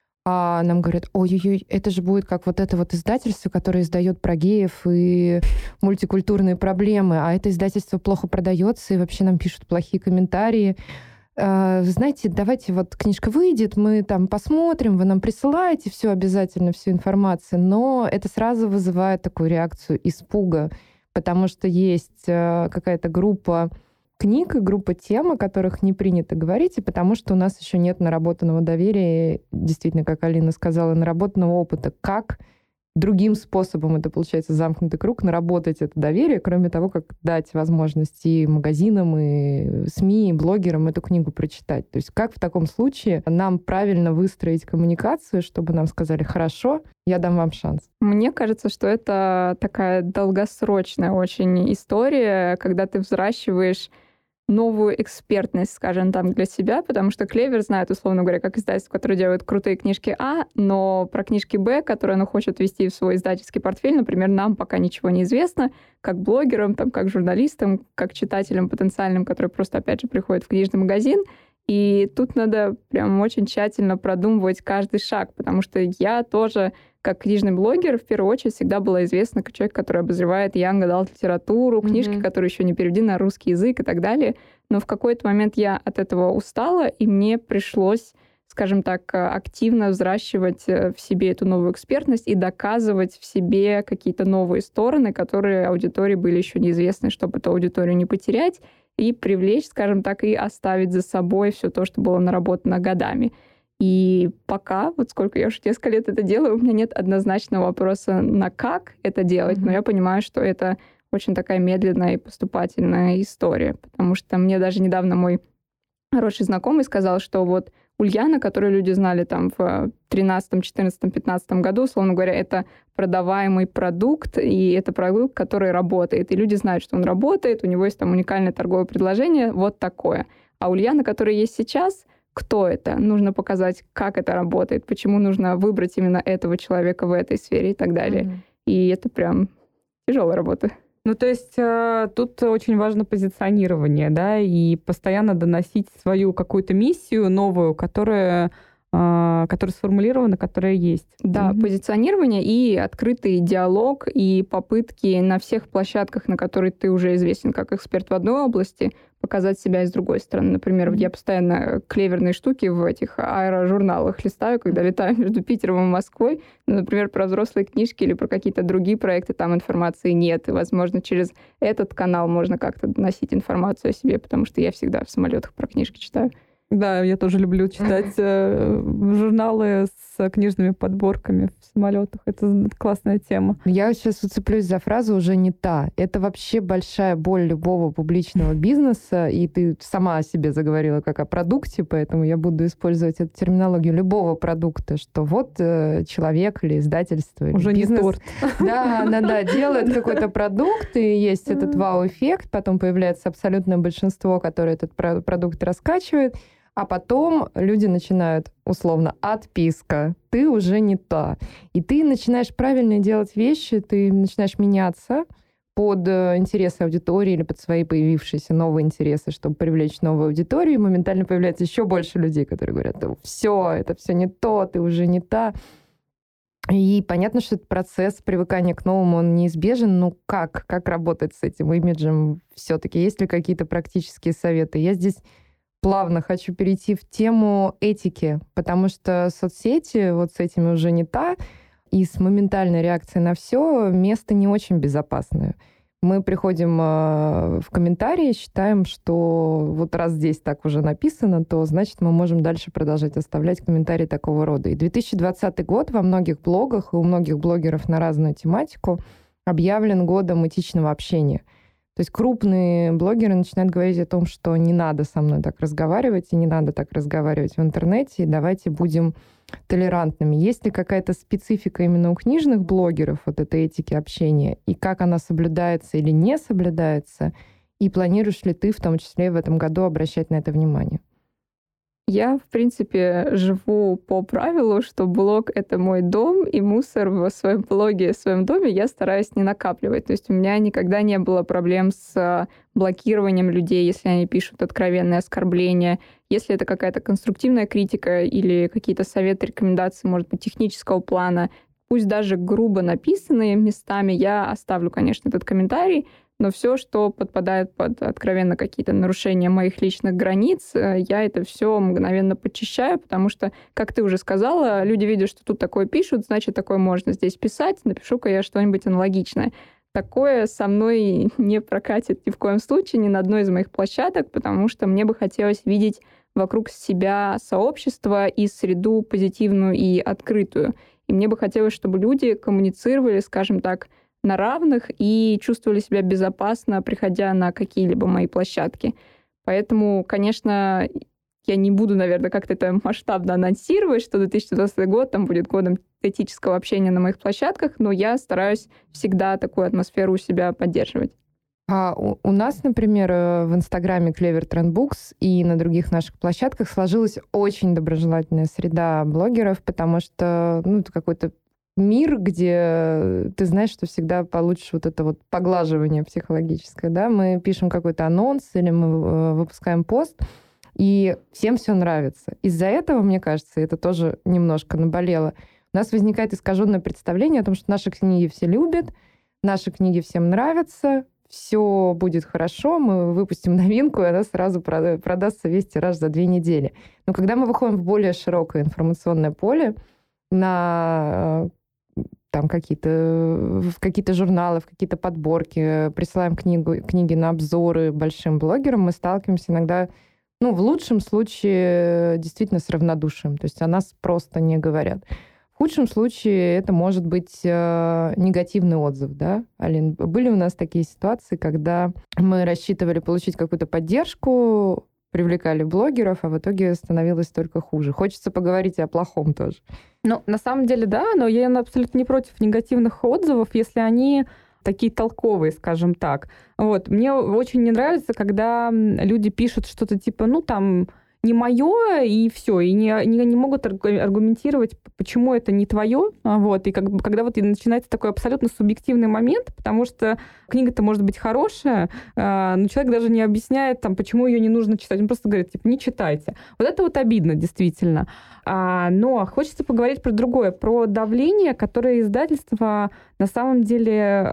а нам говорят, ой-ой-ой, это же будет как вот это вот издательство, которое издает про геев и мультикультурные проблемы, а это издательство плохо продается, и вообще нам пишут плохие комментарии. Вы знаете, давайте вот книжка выйдет, мы там посмотрим, вы нам присылаете все обязательно, всю информацию, но это сразу вызывает такую реакцию испуга, потому что есть какая-то группа книг и группа тем, о которых не принято говорить, и потому что у нас еще нет наработанного доверия, действительно, как Алина сказала, наработанного опыта, как другим способом, это получается замкнутый круг, наработать это доверие, кроме того, как дать возможность и магазинам, и СМИ, и блогерам эту книгу прочитать. То есть как в таком случае нам правильно выстроить коммуникацию, чтобы нам сказали, хорошо, я дам вам шанс? Мне кажется, что это такая долгосрочная очень история, когда ты взращиваешь новую экспертность, скажем, там для себя, потому что Клевер знает, условно говоря, как издательство, которое делает крутые книжки А, но про книжки Б, которые оно хочет ввести в свой издательский портфель, например, нам пока ничего не известно, как блогерам, там, как журналистам, как читателям потенциальным, которые просто, опять же, приходят в книжный магазин. И тут надо прям очень тщательно продумывать каждый шаг, потому что я тоже, как книжный блогер, в первую очередь всегда была известна как человек, который обозревает young adult литературу, mm-hmm. книжки, которые еще не переведены на русский язык и так далее. Но в какой-то момент я от этого устала, и мне пришлось, скажем так, активно взращивать в себе эту новую экспертность и доказывать в себе какие-то новые стороны, которые аудитории были еще неизвестны, чтобы эту аудиторию не потерять, и привлечь, скажем так, и оставить за собой все то, что было наработано годами. И пока, вот сколько я уже несколько лет это делаю, у меня нет однозначного вопроса на как это делать, mm-hmm. но я понимаю, что это очень такая медленная и поступательная история, потому что мне даже недавно мой хороший знакомый сказал, что вот Ульяна, которую люди знали там в тринадцатом, четырнадцатом, пятнадцатом году, условно говоря, это продаваемый продукт, и это продукт, который работает. И люди знают, что он работает, у него есть там уникальное торговое предложение, вот такое. А Ульяна, которая есть сейчас, кто это? Нужно показать, как это работает, почему нужно выбрать именно этого человека в этой сфере и так далее. Mm-hmm. И это прям тяжелая работа. Ну, то есть э, тут очень важно позиционирование, да, и постоянно доносить свою какую-то миссию новую, которая, э, которая сформулирована, которая есть. Да, mm-hmm. позиционирование и открытый диалог, и попытки на всех площадках, на которых ты уже известен как эксперт в одной области, показать себя и с другой стороны. Например, mm-hmm. я постоянно клеверные штуки в этих аэрожурналах листаю, когда летаю между Питером и Москвой. Ну, например, про взрослые книжки или про какие-то другие проекты там информации нет. И, возможно, через этот канал можно как-то доносить информацию о себе, потому что я всегда в самолетах про книжки читаю. Да, я тоже люблю читать э, журналы с книжными подборками в самолетах. Это классная тема. Я сейчас уцеплюсь за фразу «уже не та». Это вообще большая боль любого публичного бизнеса, и ты сама о себе заговорила как о продукте, поэтому я буду использовать эту терминологию любого продукта, что вот э, человек или издательство, или уже бизнес, не торт. Да, да, да, делает какой-то продукт, и есть этот вау-эффект, потом появляется абсолютное большинство, которое этот продукт раскачивает, а потом люди начинают, условно, отписка. Ты уже не та. И ты начинаешь правильно делать вещи, ты начинаешь меняться под интересы аудитории или под свои появившиеся новые интересы, чтобы привлечь новую аудиторию. И моментально появляется еще больше людей, которые говорят, все, это все не то, ты уже не та. И понятно, что этот процесс привыкания к новому, он неизбежен. Ну как? Как работать с этим имиджем все-таки? Есть ли какие-то практические советы? Я здесь плавно хочу перейти в тему этики, потому что соцсети вот с этими уже не та, и с моментальной реакцией на все место не очень безопасное. Мы приходим в комментарии, считаем, что вот раз здесь так уже написано, то значит мы можем дальше продолжать оставлять комментарии такого рода. И две тысячи двадцатый год во многих блогах и у многих блогеров на разную тематику объявлен годом этичного общения. То есть крупные блогеры начинают говорить о том, что не надо со мной так разговаривать, и не надо так разговаривать в интернете, и давайте будем толерантными. Есть ли какая-то специфика именно у книжных блогеров вот этой этики общения, и как она соблюдается или не соблюдается, и планируешь ли ты в том числе в этом году обращать на это внимание? Я, в принципе, живу по правилу, что блог — это мой дом, и мусор в своем блоге, в своем доме я стараюсь не накапливать. То есть у меня никогда не было проблем с блокированием людей, если они пишут откровенные оскорбления. Если это какая-то конструктивная критика или какие-то советы, рекомендации, может быть, технического плана, пусть даже грубо написанные местами, я оставлю, конечно, этот комментарий, но все, что подпадает под откровенно какие-то нарушения моих личных границ, я это все мгновенно подчищаю, потому что, как ты уже сказала, люди видят, что тут такое пишут, значит, такое можно здесь писать, напишу-ка я что-нибудь аналогичное. Такое со мной не прокатит ни в коем случае, ни на одной из моих площадок, потому что мне бы хотелось видеть вокруг себя сообщество и среду позитивную и открытую. И мне бы хотелось, чтобы люди коммуницировали, скажем так, на равных и чувствовали себя безопасно, приходя на какие-либо мои площадки. Поэтому, конечно, я не буду, наверное, как-то это масштабно анонсировать, что две тысячи двадцатый год там будет годом этического общения на моих площадках, но я стараюсь всегда такую атмосферу у себя поддерживать. А у, у нас, например, в Инстаграме Clever Trend Books и на других наших площадках сложилась очень доброжелательная среда блогеров, потому что ну, это какой-то мир, где ты знаешь, что всегда получишь вот это вот поглаживание психологическое, да, мы пишем какой-то анонс или мы выпускаем пост, и всем все нравится. Из-за этого, мне кажется, это тоже немножко наболело. У нас возникает искаженное представление о том, что наши книги все любят, наши книги всем нравятся, все будет хорошо, мы выпустим новинку, и она сразу продастся весь тираж за две недели. Но когда мы выходим в более широкое информационное поле, на там какие-то, в какие-то журналы, в какие-то подборки, присылаем книгу, книги на обзоры большим блогерам, мы сталкиваемся иногда, ну, в лучшем случае, действительно с равнодушием. То есть о нас просто не говорят. В худшем случае это может быть э, негативный отзыв, да, Алин? Были у нас такие ситуации, когда мы рассчитывали получить какую-то поддержку, привлекали блогеров, а в итоге становилось только хуже. Хочется поговорить и о плохом тоже. Ну, на самом деле, да, но я абсолютно не против негативных отзывов, если они такие толковые, скажем так. Вот. Мне очень не нравится, когда люди пишут что-то типа, ну, там, не мое, и все, и не, не, не могут аргументировать, почему это не твое. Вот. И как бы, когда вот начинается такой абсолютно субъективный момент, потому что книга-то может быть хорошая, но человек даже не объясняет, там, почему ее не нужно читать. Он просто говорит, типа, не читайте. Вот это вот обидно, действительно. Но хочется поговорить про другое, про давление, которое издательства на самом деле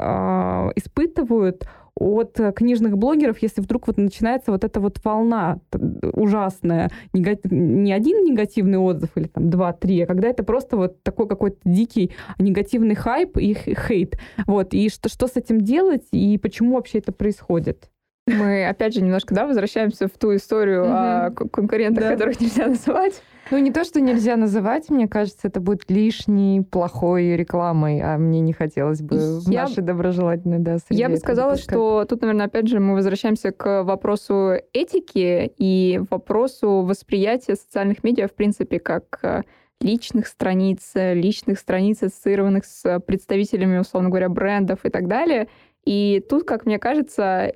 испытывают от книжных блогеров, если вдруг вот начинается вот эта вот волна ужасная, негатив, не один негативный отзыв или там два-три, а когда это просто вот такой какой-то дикий негативный хайп и хейт. Вот. И что, что с этим делать, и почему вообще это происходит? Мы, опять же, немножко, да, возвращаемся в ту историю mm-hmm. о конкурентах, да. которых нельзя называть. Ну, не то, что нельзя называть, мне кажется, это будет лишней, плохой рекламой, а мне не хотелось бы я... в нашей доброжелательной, да, среде. Я бы сказала, допускать. Что тут, наверное, опять же, мы возвращаемся к вопросу этики и вопросу восприятия социальных медиа, в принципе, как личных страниц, личных страниц, ассоциированных с представителями, условно говоря, брендов и так далее. И тут, как мне кажется,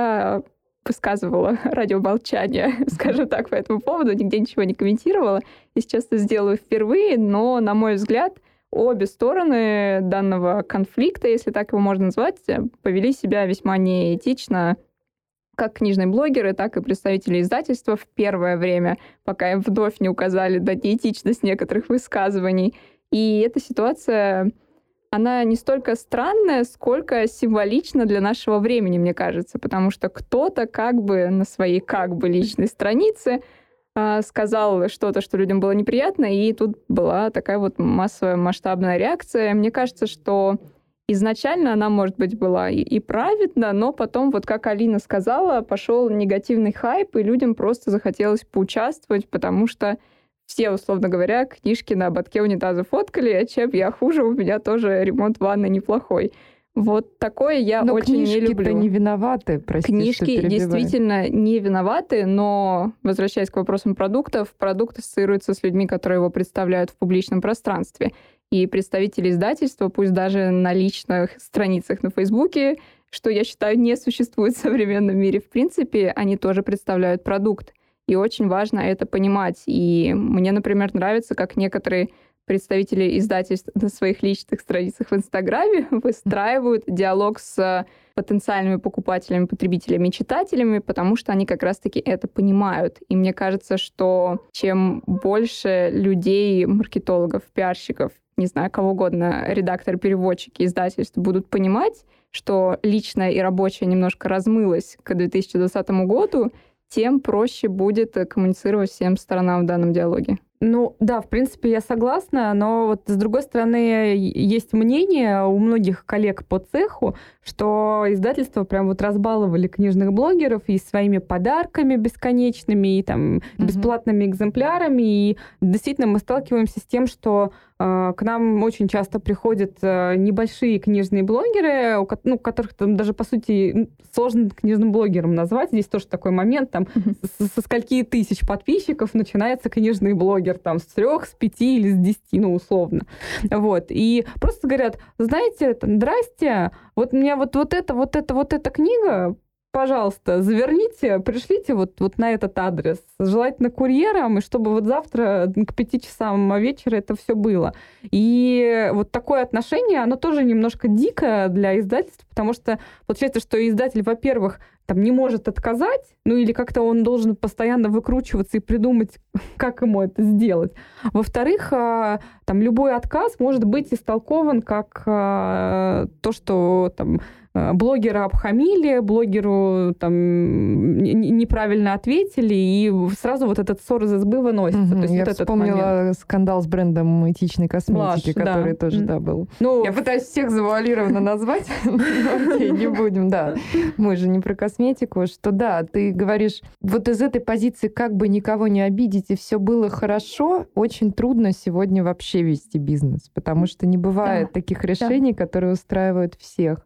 я высказывала радиомолчание, скажем так, по этому поводу, нигде ничего не комментировала. И сейчас это сделаю впервые, но, на мой взгляд, обе стороны данного конфликта, если так его можно назвать, повели себя весьма неэтично, как книжные блогеры, так и представители издательства в первое время, пока им вновь не указали на неэтичность некоторых высказываний. И эта ситуация... она не столько странная, сколько символична для нашего времени, мне кажется, потому что кто-то как бы на своей как бы личной странице э, сказал что-то, что людям было неприятно, и тут была такая вот массовая масштабная реакция. Мне кажется, что изначально она, может быть, была и, и праведна, но потом, вот как Алина сказала, пошел негативный хайп, и людям просто захотелось поучаствовать, потому что все, условно говоря, книжки на ободке унитаза фоткали, а чем я хуже, у меня тоже ремонт ванны неплохой. Вот такое я но очень не люблю. Книжки-то не виноваты, прости, Книжки действительно не виноваты, но, возвращаясь к вопросам продуктов, продукт ассоциируется с людьми, которые его представляют в публичном пространстве. И представители издательства, пусть даже на личных страницах на Фейсбуке, что, я считаю, не существует в современном мире в принципе, они тоже представляют продукт. И очень важно это понимать. И мне, например, нравится, как некоторые представители издательств на своих личных страницах в Инстаграме выстраивают диалог с потенциальными покупателями, потребителями и читателями, потому что они как раз-таки это понимают. И мне кажется, что чем больше людей, маркетологов, пиарщиков, не знаю, кого угодно, редакторы, переводчики, издательств будут понимать, что личное и рабочее немножко размылось к две тысячи двадцатому году, тем проще будет коммуницировать всем сторонам в данном диалоге. Ну, да, в принципе, я согласна, но вот с другой стороны, есть мнение у многих коллег по цеху, что издательства прям вот разбаловали книжных блогеров и своими подарками бесконечными, и там mm-hmm. бесплатными экземплярами, и действительно мы сталкиваемся с тем, что К нам очень часто приходят небольшие книжные блогеры, у ну, которых там даже, по сути, сложно книжным блогером назвать. Здесь тоже такой момент, там, mm-hmm. со скольки тысяч подписчиков начинается книжный блогер, там, с трех, с пяти или с десяти, ну, условно. Вот. И просто говорят, знаете, здрасте, вот у меня вот, вот это, вот это, вот эта книга, пожалуйста, заверните, пришлите вот, вот на этот адрес, желательно курьером, и чтобы вот завтра к пяти часам вечера это все было. И вот такое отношение, оно тоже немножко дикое для издательства, потому что получается, что издатель, во-первых, там не может отказать, ну или как-то он должен постоянно выкручиваться и придумать, как ему это сделать. Во-вторых, там любой отказ может быть истолкован как то, что там блогера обхамили, блогеру там неправильно ответили, и сразу вот этот ссор из избы выносится. Угу, То есть я вот вспомнила этот момент. Скандал с брендом этичной косметики, Блаш, который да. тоже, да, был. Ну, я пытаюсь всех завуалированно назвать, окей, не будем, да. Мы же не про косметику, что да, ты говоришь, вот из этой позиции как бы никого не обидеть, и все было хорошо, очень трудно сегодня вообще вести бизнес, потому что не бывает таких решений, которые устраивают всех.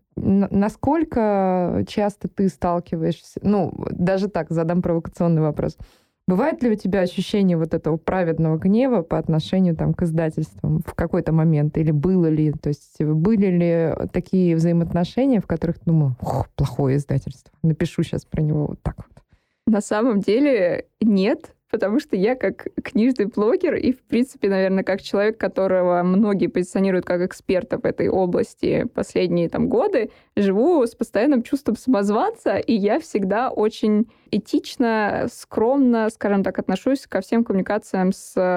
Насколько часто ты сталкиваешься, ну, даже так, задам провокационный вопрос. Бывает ли у тебя ощущение вот этого праведного гнева по отношению там, к издательствам в какой-то момент? Или было ли? То есть были ли такие взаимоотношения, в которых ты думал, ох, плохое издательство, напишу сейчас про него вот так вот? На самом деле нет. Потому что я как книжный блогер и, в принципе, наверное, как человек, которого многие позиционируют как эксперта в этой области последние там, годы, живу с постоянным чувством самозванца, и я всегда очень этично, скромно, скажем так, отношусь ко всем коммуникациям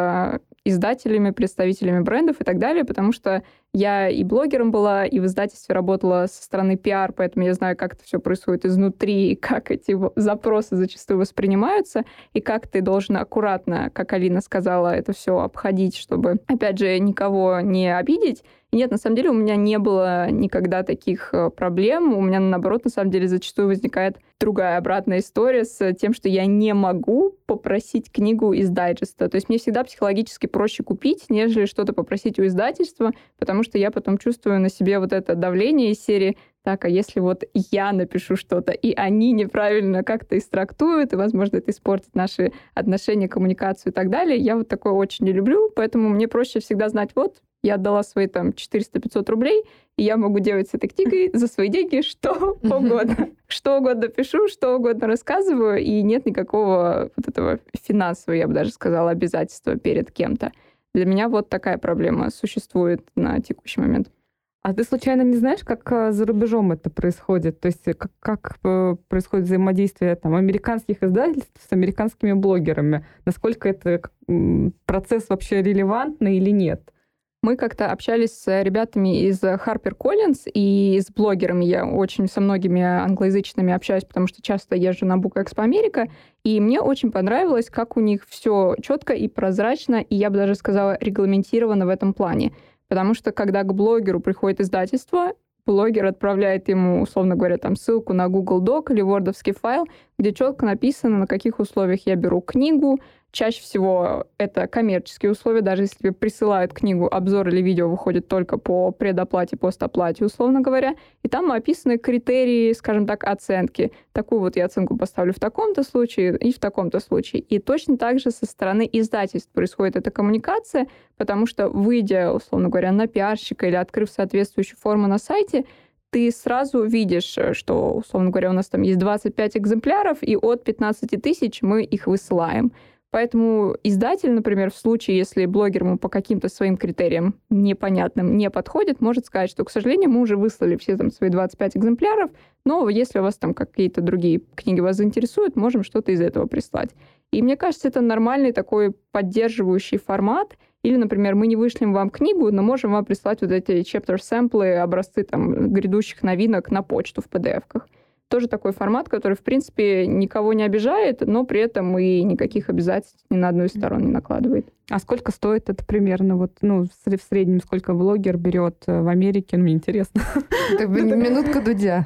с издателями, представителями брендов и так далее, потому что я и блогером была, и в издательстве работала со стороны пиар, поэтому я знаю, как это все происходит изнутри, как эти запросы зачастую воспринимаются, и как ты должен аккуратно, как Алина сказала, это все обходить, чтобы, опять же, никого не обидеть. И нет, на самом деле у меня не было никогда таких проблем. У меня, наоборот, на самом деле зачастую возникает другая обратная история с тем, что я не могу попросить книгу из дайджеста. То есть мне всегда психологически проще купить, нежели что-то попросить у издательства, потому что я потом чувствую на себе вот это давление из серии «Так, а если вот я напишу что-то, и они неправильно как-то истрактуют, и, возможно, это испортит наши отношения, коммуникацию и так далее». Я вот такое очень не люблю, поэтому мне проще всегда знать, вот, я отдала свои там четыреста-пятьсот рублей, и я могу делать с этой книгой за свои деньги что угодно. Что угодно пишу, что угодно рассказываю, и нет никакого вот этого финансового, я бы даже сказала, обязательства перед кем-то. Для меня вот такая проблема существует на текущий момент. А ты случайно не знаешь, как за рубежом это происходит? То есть как, как происходит взаимодействие там, американских издательств с американскими блогерами? Насколько это процесс вообще релевантный или нет? Мы как-то общались с ребятами из HarperCollins и с блогерами. Я очень со многими англоязычными общаюсь, потому что часто езжу на Book Expo Америка. И мне очень понравилось, как у них все четко и прозрачно, и я бы даже сказала, регламентировано в этом плане. Потому что когда к блогеру приходит издательство, блогер отправляет ему, условно говоря, там ссылку на Google Doc или wordовский файл, где четко написано, на каких условиях я беру книгу. Чаще всего это коммерческие условия, даже если тебе присылают книгу, обзор или видео выходит только по предоплате, постоплате, условно говоря. И там описаны критерии, скажем так, оценки. Такую вот я оценку поставлю в таком-то случае и в таком-то случае. И точно так же со стороны издательств происходит эта коммуникация, потому что, выйдя, условно говоря, на пиарщика или открыв соответствующую форму на сайте, ты сразу видишь, что, условно говоря, у нас там есть двадцать пять экземпляров, и от пятнадцати тысяч мы их высылаем. Поэтому издатель, например, в случае, если блогер ему по каким-то своим критериям непонятным не подходит, может сказать, что, к сожалению, мы уже выслали все там свои двадцать пять экземпляров, но если у вас там какие-то другие книги вас заинтересуют, можем что-то из этого прислать. И мне кажется, это нормальный такой поддерживающий формат. Или, например, мы не вышлем вам книгу, но можем вам прислать вот эти chapter-сэмплы, образцы там грядущих новинок на почту в пи ди эф-ках. Тоже такой формат, который, в принципе, никого не обижает, но при этом и никаких обязательств ни на одну из сторон не накладывает. А сколько стоит это примерно? Вот, ну, в среднем сколько блогер берет в Америке? Мне интересно. Минутка Дудя.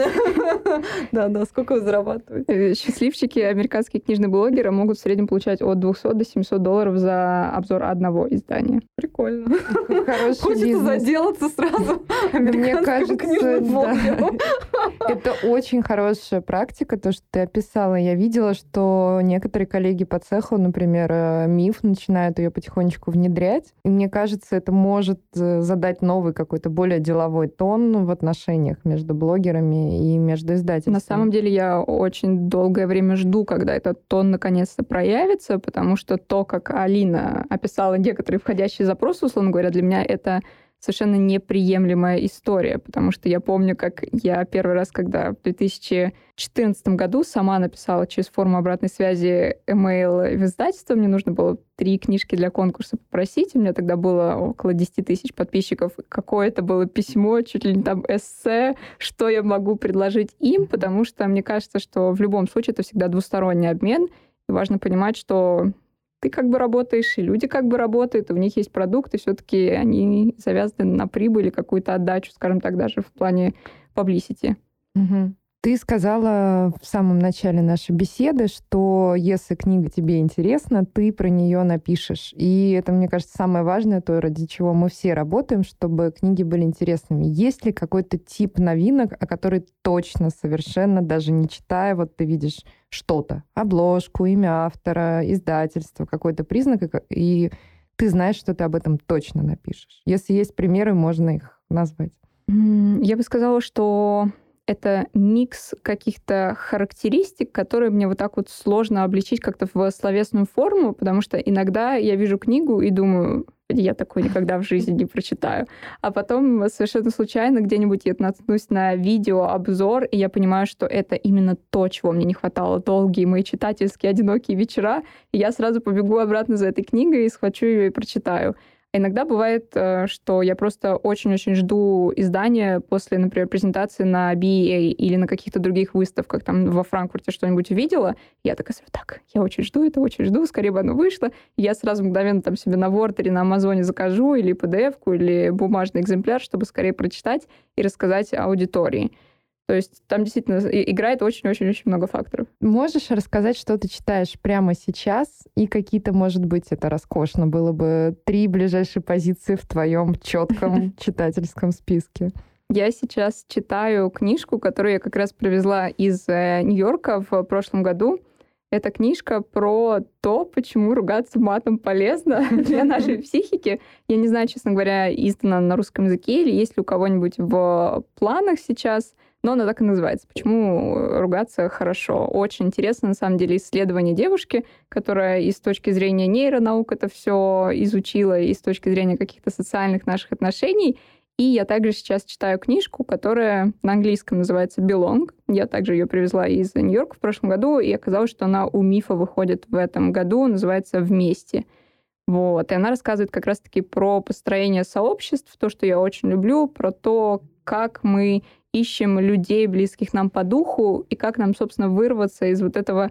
Да, да, сколько вы зарабатываете? Счастливчики, американские книжные блогеры, могут в среднем получать от двухсот до семисот долларов за обзор одного издания. Прикольно. Хороший Хочется бизнес. заделаться сразу Мне американским кажется, книжным блогером. да. Это очень хорошая практика, то, что ты описала. Я видела, что некоторые коллеги по цеху, например, э, МИФ, начинают ее потихонечку внедрять. И мне кажется, это может э, задать новый какой-то более деловой тон в отношениях между блогерами и между издательствами. На самом деле я очень долгое время жду, когда этот тон наконец-то проявится, потому что то, как Алина описала некоторые входящие запросы, условно говоря, для меня это совершенно неприемлемая история, потому что я помню, как я первый раз, когда в две тысячи четырнадцатом году сама написала через форму обратной связи email в издательство, мне нужно было три книжки для конкурса попросить, у меня тогда было около десять тысяч подписчиков, какое-то было письмо, чуть ли не там эссе, что я могу предложить им, потому что мне кажется, что в любом случае это всегда двусторонний обмен, и важно понимать, что ты как бы работаешь, и люди как бы работают, и у них есть продукт, и все-таки они завязаны на прибыль или какую-то отдачу, скажем так, даже в плане publicity. Угу. Ты сказала в самом начале нашей беседы, что если книга тебе интересна, ты про нее напишешь. И это, мне кажется, самое важное, то, ради чего мы все работаем, чтобы книги были интересными. Есть ли какой-то тип новинок, о которой точно, совершенно, даже не читая, вот ты видишь что-то, обложку, имя автора, издательство, какой-то признак, и ты знаешь, что ты об этом точно напишешь? Если есть примеры, можно их назвать. Я бы сказала, что это микс каких-то характеристик, которые мне вот так вот сложно обличить как-то в словесную форму, потому что иногда я вижу книгу и думаю, я такой никогда в жизни не прочитаю. А потом совершенно случайно где-нибудь я наткнусь на видео-обзор, и я понимаю, что это именно то, чего мне не хватало. Долгие мои читательские одинокие вечера, и я сразу побегу обратно за этой книгой и схвачу ее и прочитаю. Иногда бывает, что я просто очень-очень жду издания после, например, презентации на би и эй или на каких-то других выставках, там во Франкфурте что-нибудь увидела, я такая, так, я очень жду это, очень жду, скорее бы оно вышло. И я сразу мгновенно там себе на Word или на Амазоне закажу, или пи ди эф-ку, или бумажный экземпляр, чтобы скорее прочитать и рассказать аудитории. То есть там действительно играет очень-очень-очень много факторов. Можешь рассказать, что ты читаешь прямо сейчас? И какие-то, может быть, это роскошно было бы, три ближайшие позиции в твоем четком читательском списке? Я сейчас читаю книжку, которую я как раз привезла из Нью-Йорка в прошлом году. Это книжка про то, почему ругаться матом полезно для нашей психики. Я не знаю, честно говоря, издана на русском языке или есть ли у кого-нибудь в планах сейчас, но она так и называется. Почему ругаться хорошо? Очень интересно, на самом деле, исследование девушки, которая и с точки зрения нейронаук это все изучила, и с точки зрения каких-то социальных наших отношений. И я также сейчас читаю книжку, которая на английском называется «Belong». Я также ее привезла из Нью-Йорка в прошлом году, и оказалось, что она у МИФа выходит в этом году, называется «Вместе». Вот. И она рассказывает как раз-таки про построение сообществ, то, что я очень люблю, про то, как мы ищем людей, близких нам по духу, и как нам, собственно, вырваться из вот этого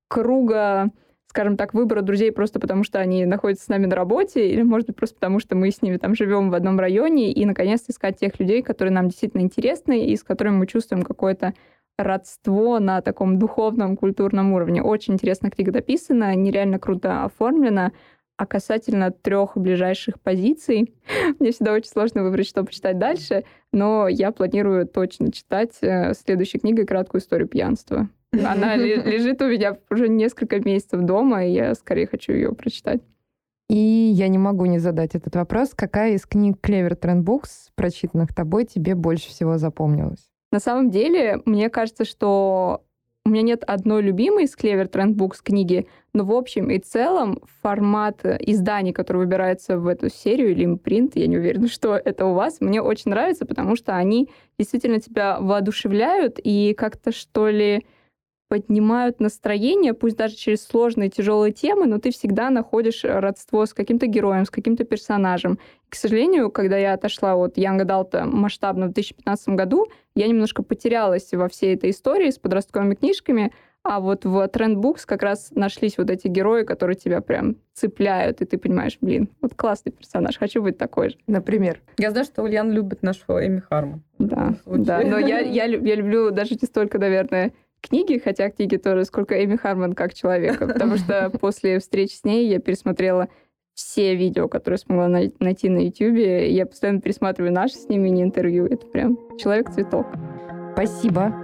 круга, скажем так, выбора друзей просто потому, что они находятся с нами на работе, или, может быть, просто потому, что мы с ними там живем в одном районе, и, наконец-то, искать тех людей, которые нам действительно интересны, и с которыми мы чувствуем какое-то родство на таком духовном, культурном уровне. Очень интересная книга дописана, нереально круто оформлена. А касательно трех ближайших позиций, мне всегда очень сложно выбрать, что почитать дальше, но я планирую точно читать следующей книгой «Краткую историю пьянства». Она лежит у меня уже несколько месяцев дома, и я скорее хочу ее прочитать. И я не могу не задать этот вопрос. Какая из книг Clever Trend Books, прочитанных тобой, тебе больше всего запомнилась? На самом деле, мне кажется, что у меня нет одной любимой из Clever Trend Books книги, но в общем и целом формат изданий, который выбирается в эту серию, или импринт, я не уверена, что это у вас, мне очень нравится, потому что они действительно тебя воодушевляют и как-то, что ли, поднимают настроение, пусть даже через сложные, тяжелые темы, но ты всегда находишь родство с каким-то героем, с каким-то персонажем. К сожалению, когда я отошла от Young Adult масштабно в две тысячи пятнадцатом году, я немножко потерялась во всей этой истории с подростковыми книжками, А вот в Trendbooks как раз нашлись вот эти герои, которые тебя прям цепляют, и ты понимаешь, блин, вот классный персонаж, хочу быть такой же. Например. Я знаю, что Ульяна любит нашу Эми Хармон. Да, да, но я, я, я люблю даже не столько, наверное, книги, хотя книги тоже, сколько Эми Хармон как человека, потому что после встречи с ней я пересмотрела все видео, которые смогла найти на Ютьюбе. Я постоянно пересматриваю наши с ней мини-интервью. Это прям человек-цветок. Спасибо.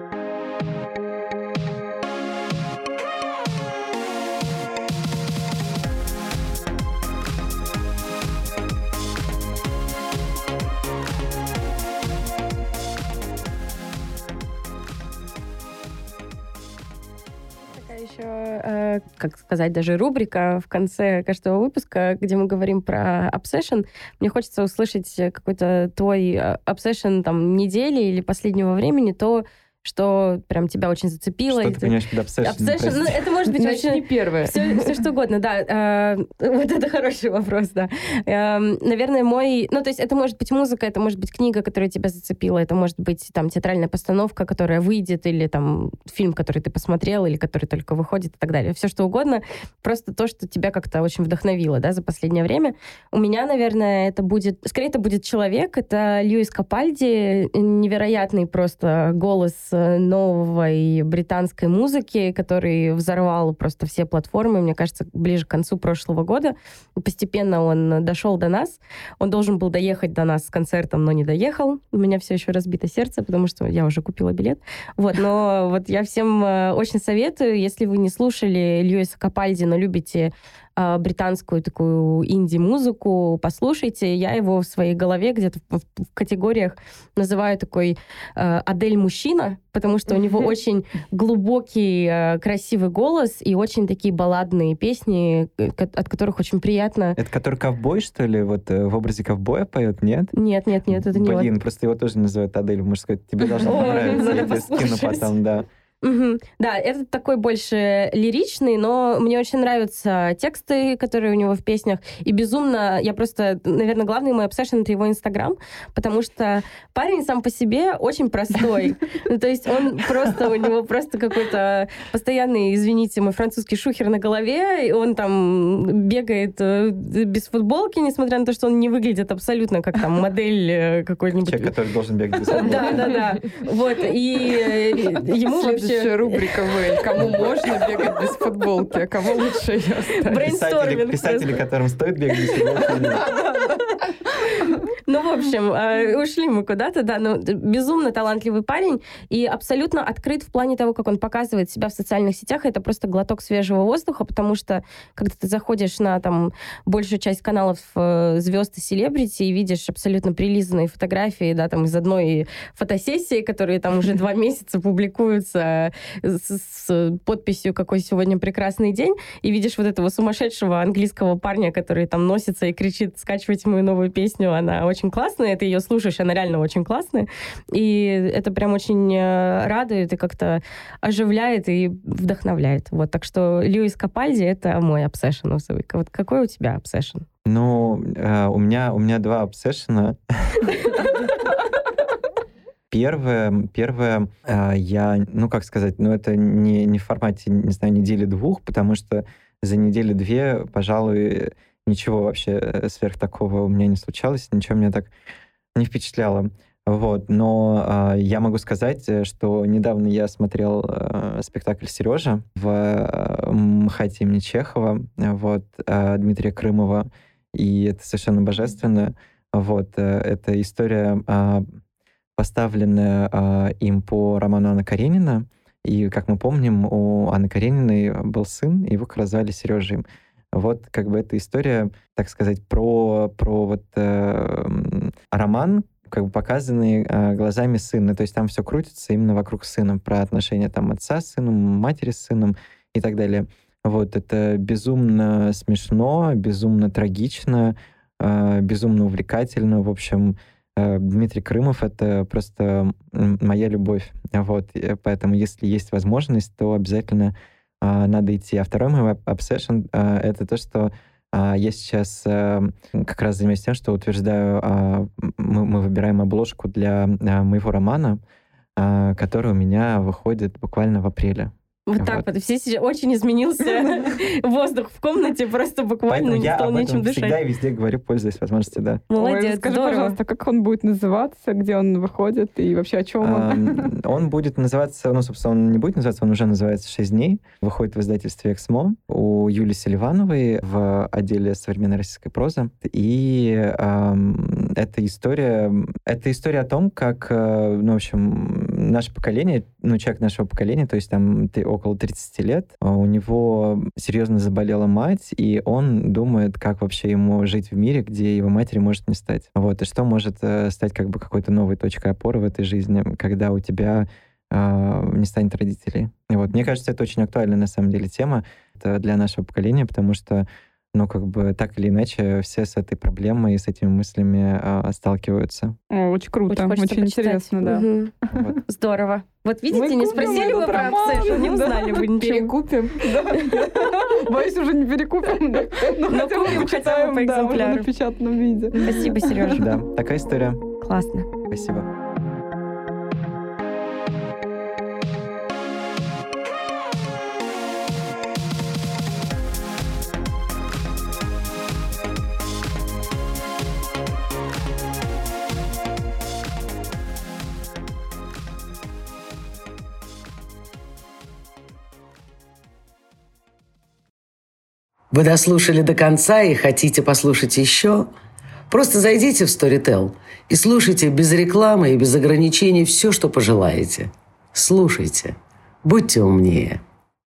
Еще, э, как сказать, даже рубрика в конце каждого выпуска, где мы говорим про obsession. Мне хочется услышать какой-то твой obsession там, недели или последнего времени, то, что прям тебя очень зацепило. Что ты понимаешь под obsession? Obsession, ну, это может быть вообще не первое. Все, все что угодно, да. Э, вот это хороший вопрос, да. Э, наверное, мой... Ну, то есть это может быть музыка, это может быть книга, которая тебя зацепила, это может быть там театральная постановка, которая выйдет, или там фильм, который ты посмотрел, или который только выходит и так далее. Все что угодно. Просто то, что тебя как-то очень вдохновило, да, за последнее время. У меня, наверное, это будет... Скорее, это будет человек. Это Льюис Капальди. Невероятный просто голос новой британской музыки, который взорвал просто все платформы, мне кажется, ближе к концу прошлого года. Постепенно он дошел до нас. Он должен был доехать до нас с концертом, но не доехал. У меня все еще разбито сердце, потому что я уже купила билет. Вот, но вот я всем очень советую, если вы не слушали Льюиса Капальди, но любите британскую такую инди-музыку, послушайте. Я его в своей голове где-то в, в категориях называю такой э, Адель-мужчина, потому что у него очень глубокий, э, красивый голос и очень такие балладные песни, от которых очень приятно... Это который ковбой, что ли? Вот в образе ковбоя поет, нет? Нет, нет, нет, это не он. Блин, просто его тоже называют Адель. Может сказать, тебе должно понравиться. Я тебе скину потом, да. Угу. Да, это такой больше лиричный, но мне очень нравятся тексты, которые у него в песнях. И безумно, я просто, наверное, главный мой obsession — это его Инстаграм, потому что парень сам по себе очень простой. Ну, то есть он просто, у него просто какой-то постоянный, извините, мой французский шухер на голове, и он там бегает без футболки, несмотря на то, что он не выглядит абсолютно как там модель какой-нибудь. Человек, который должен бегать без футболки. Да, да, да. Вот, и ему вообще... Следующая рубрика в Кому можно бегать без футболки, а кому лучше ее оставить? Писатели, писатели, которым стоит бегать без футболки. Ну, в общем, ушли мы куда-то, да, но безумно талантливый парень и абсолютно открыт в плане того, как он показывает себя в социальных сетях. Это просто глоток свежего воздуха, потому что, когда ты заходишь на там большую часть каналов звезд и селебрити и видишь абсолютно прилизанные фотографии, да, там из одной фотосессии, которые там уже два месяца публикуются с, с подписью «Какой сегодня прекрасный день», и видишь вот этого сумасшедшего английского парня, который там носится и кричит: «Скачивайте мою новую песню, она очень классная», ты ее слушаешь, она реально очень классная, и это прям очень радует и как-то оживляет и вдохновляет. Вот, так что Льюис Капальди — это мой обсессион. Вот какой у тебя обсессион? Ну, э, у меня у меня два обсессиона. Первое, первое э, я, ну, как сказать, ну, это не, не в формате, не знаю, недели-двух, потому что за недели-две, пожалуй, ничего вообще сверх такого у меня не случалось, ничего меня так не впечатляло. Вот. Но э, я могу сказать, что недавно я смотрел э, спектакль «Сережа» в э, МХАТе имени Чехова, вот, э, Дмитрия Крымова, и это совершенно божественно. Вот. Э, это история... Э, поставленная э, им по роману Анны Карениной. И, как мы помним, у Анны Карениной был сын, его как раз звали Сережей. Вот как бы эта история, так сказать, про, про вот, э, роман, как бы показанный э, глазами сына. То есть там все крутится именно вокруг сына, про отношения там отца с сыном, матери с сыном и так далее. Вот это безумно смешно, безумно трагично, э, безумно увлекательно. В общем, Дмитрий Крымов — это просто моя любовь. Вот. Поэтому, если есть возможность, то обязательно э, надо идти. А второй мой obsession э, — это то, что э, я сейчас э, как раз занимаюсь тем, что утверждаю, э, мы, мы выбираем обложку для э, моего романа, э, который у меня выходит буквально в апреле. Вот так вот. Все сейчас очень изменился воздух в комнате, просто буквально не стало нечем дышать. Всегда и везде говорю, пользуясь возможностью, да. Молодец, Ой, скажи, здорово. пожалуйста, как он будет называться, где он выходит и вообще о чем он? Он будет называться, ну, собственно, он не будет называться, он уже называется «шесть дней». Выходит в издательстве «Эксмо» у Юлии Селивановой в отделе современной российской прозы. И эм, эта история, это история о том, как, э, ну, в общем, наше поколение, ну, человек нашего поколения, то есть там ты около тридцати лет, у него серьезно заболела мать, и он думает, как вообще ему жить в мире, где его матери может не стать. Вот, и что может э, стать как бы какой-то новой точкой опоры в этой жизни, когда у тебя э, не станет родителей. И вот, мне кажется, это очень актуальная на самом деле тема для нашего поколения, потому что, ну, как бы так или иначе все с этой проблемой и с этими мыслями э, сталкиваются. О, очень круто, очень, очень интересно, да. Угу. Вот. Здорово. Вот видите, Мы не купим спросили бы этот про роман, обсессию, не да. узнали бы ничего. Перекупим. Да. Боюсь, уже не перекупим. да. Но Но хотя бы купим хотя бы почитаем, по да, уже экземпляру. в напечатанном виде. Спасибо, Сережа. Да, такая история. Классно. Спасибо. Вы дослушали до конца и хотите послушать еще? Просто зайдите в Storytel и слушайте без рекламы и без ограничений все, что пожелаете. Слушайте. Будьте умнее.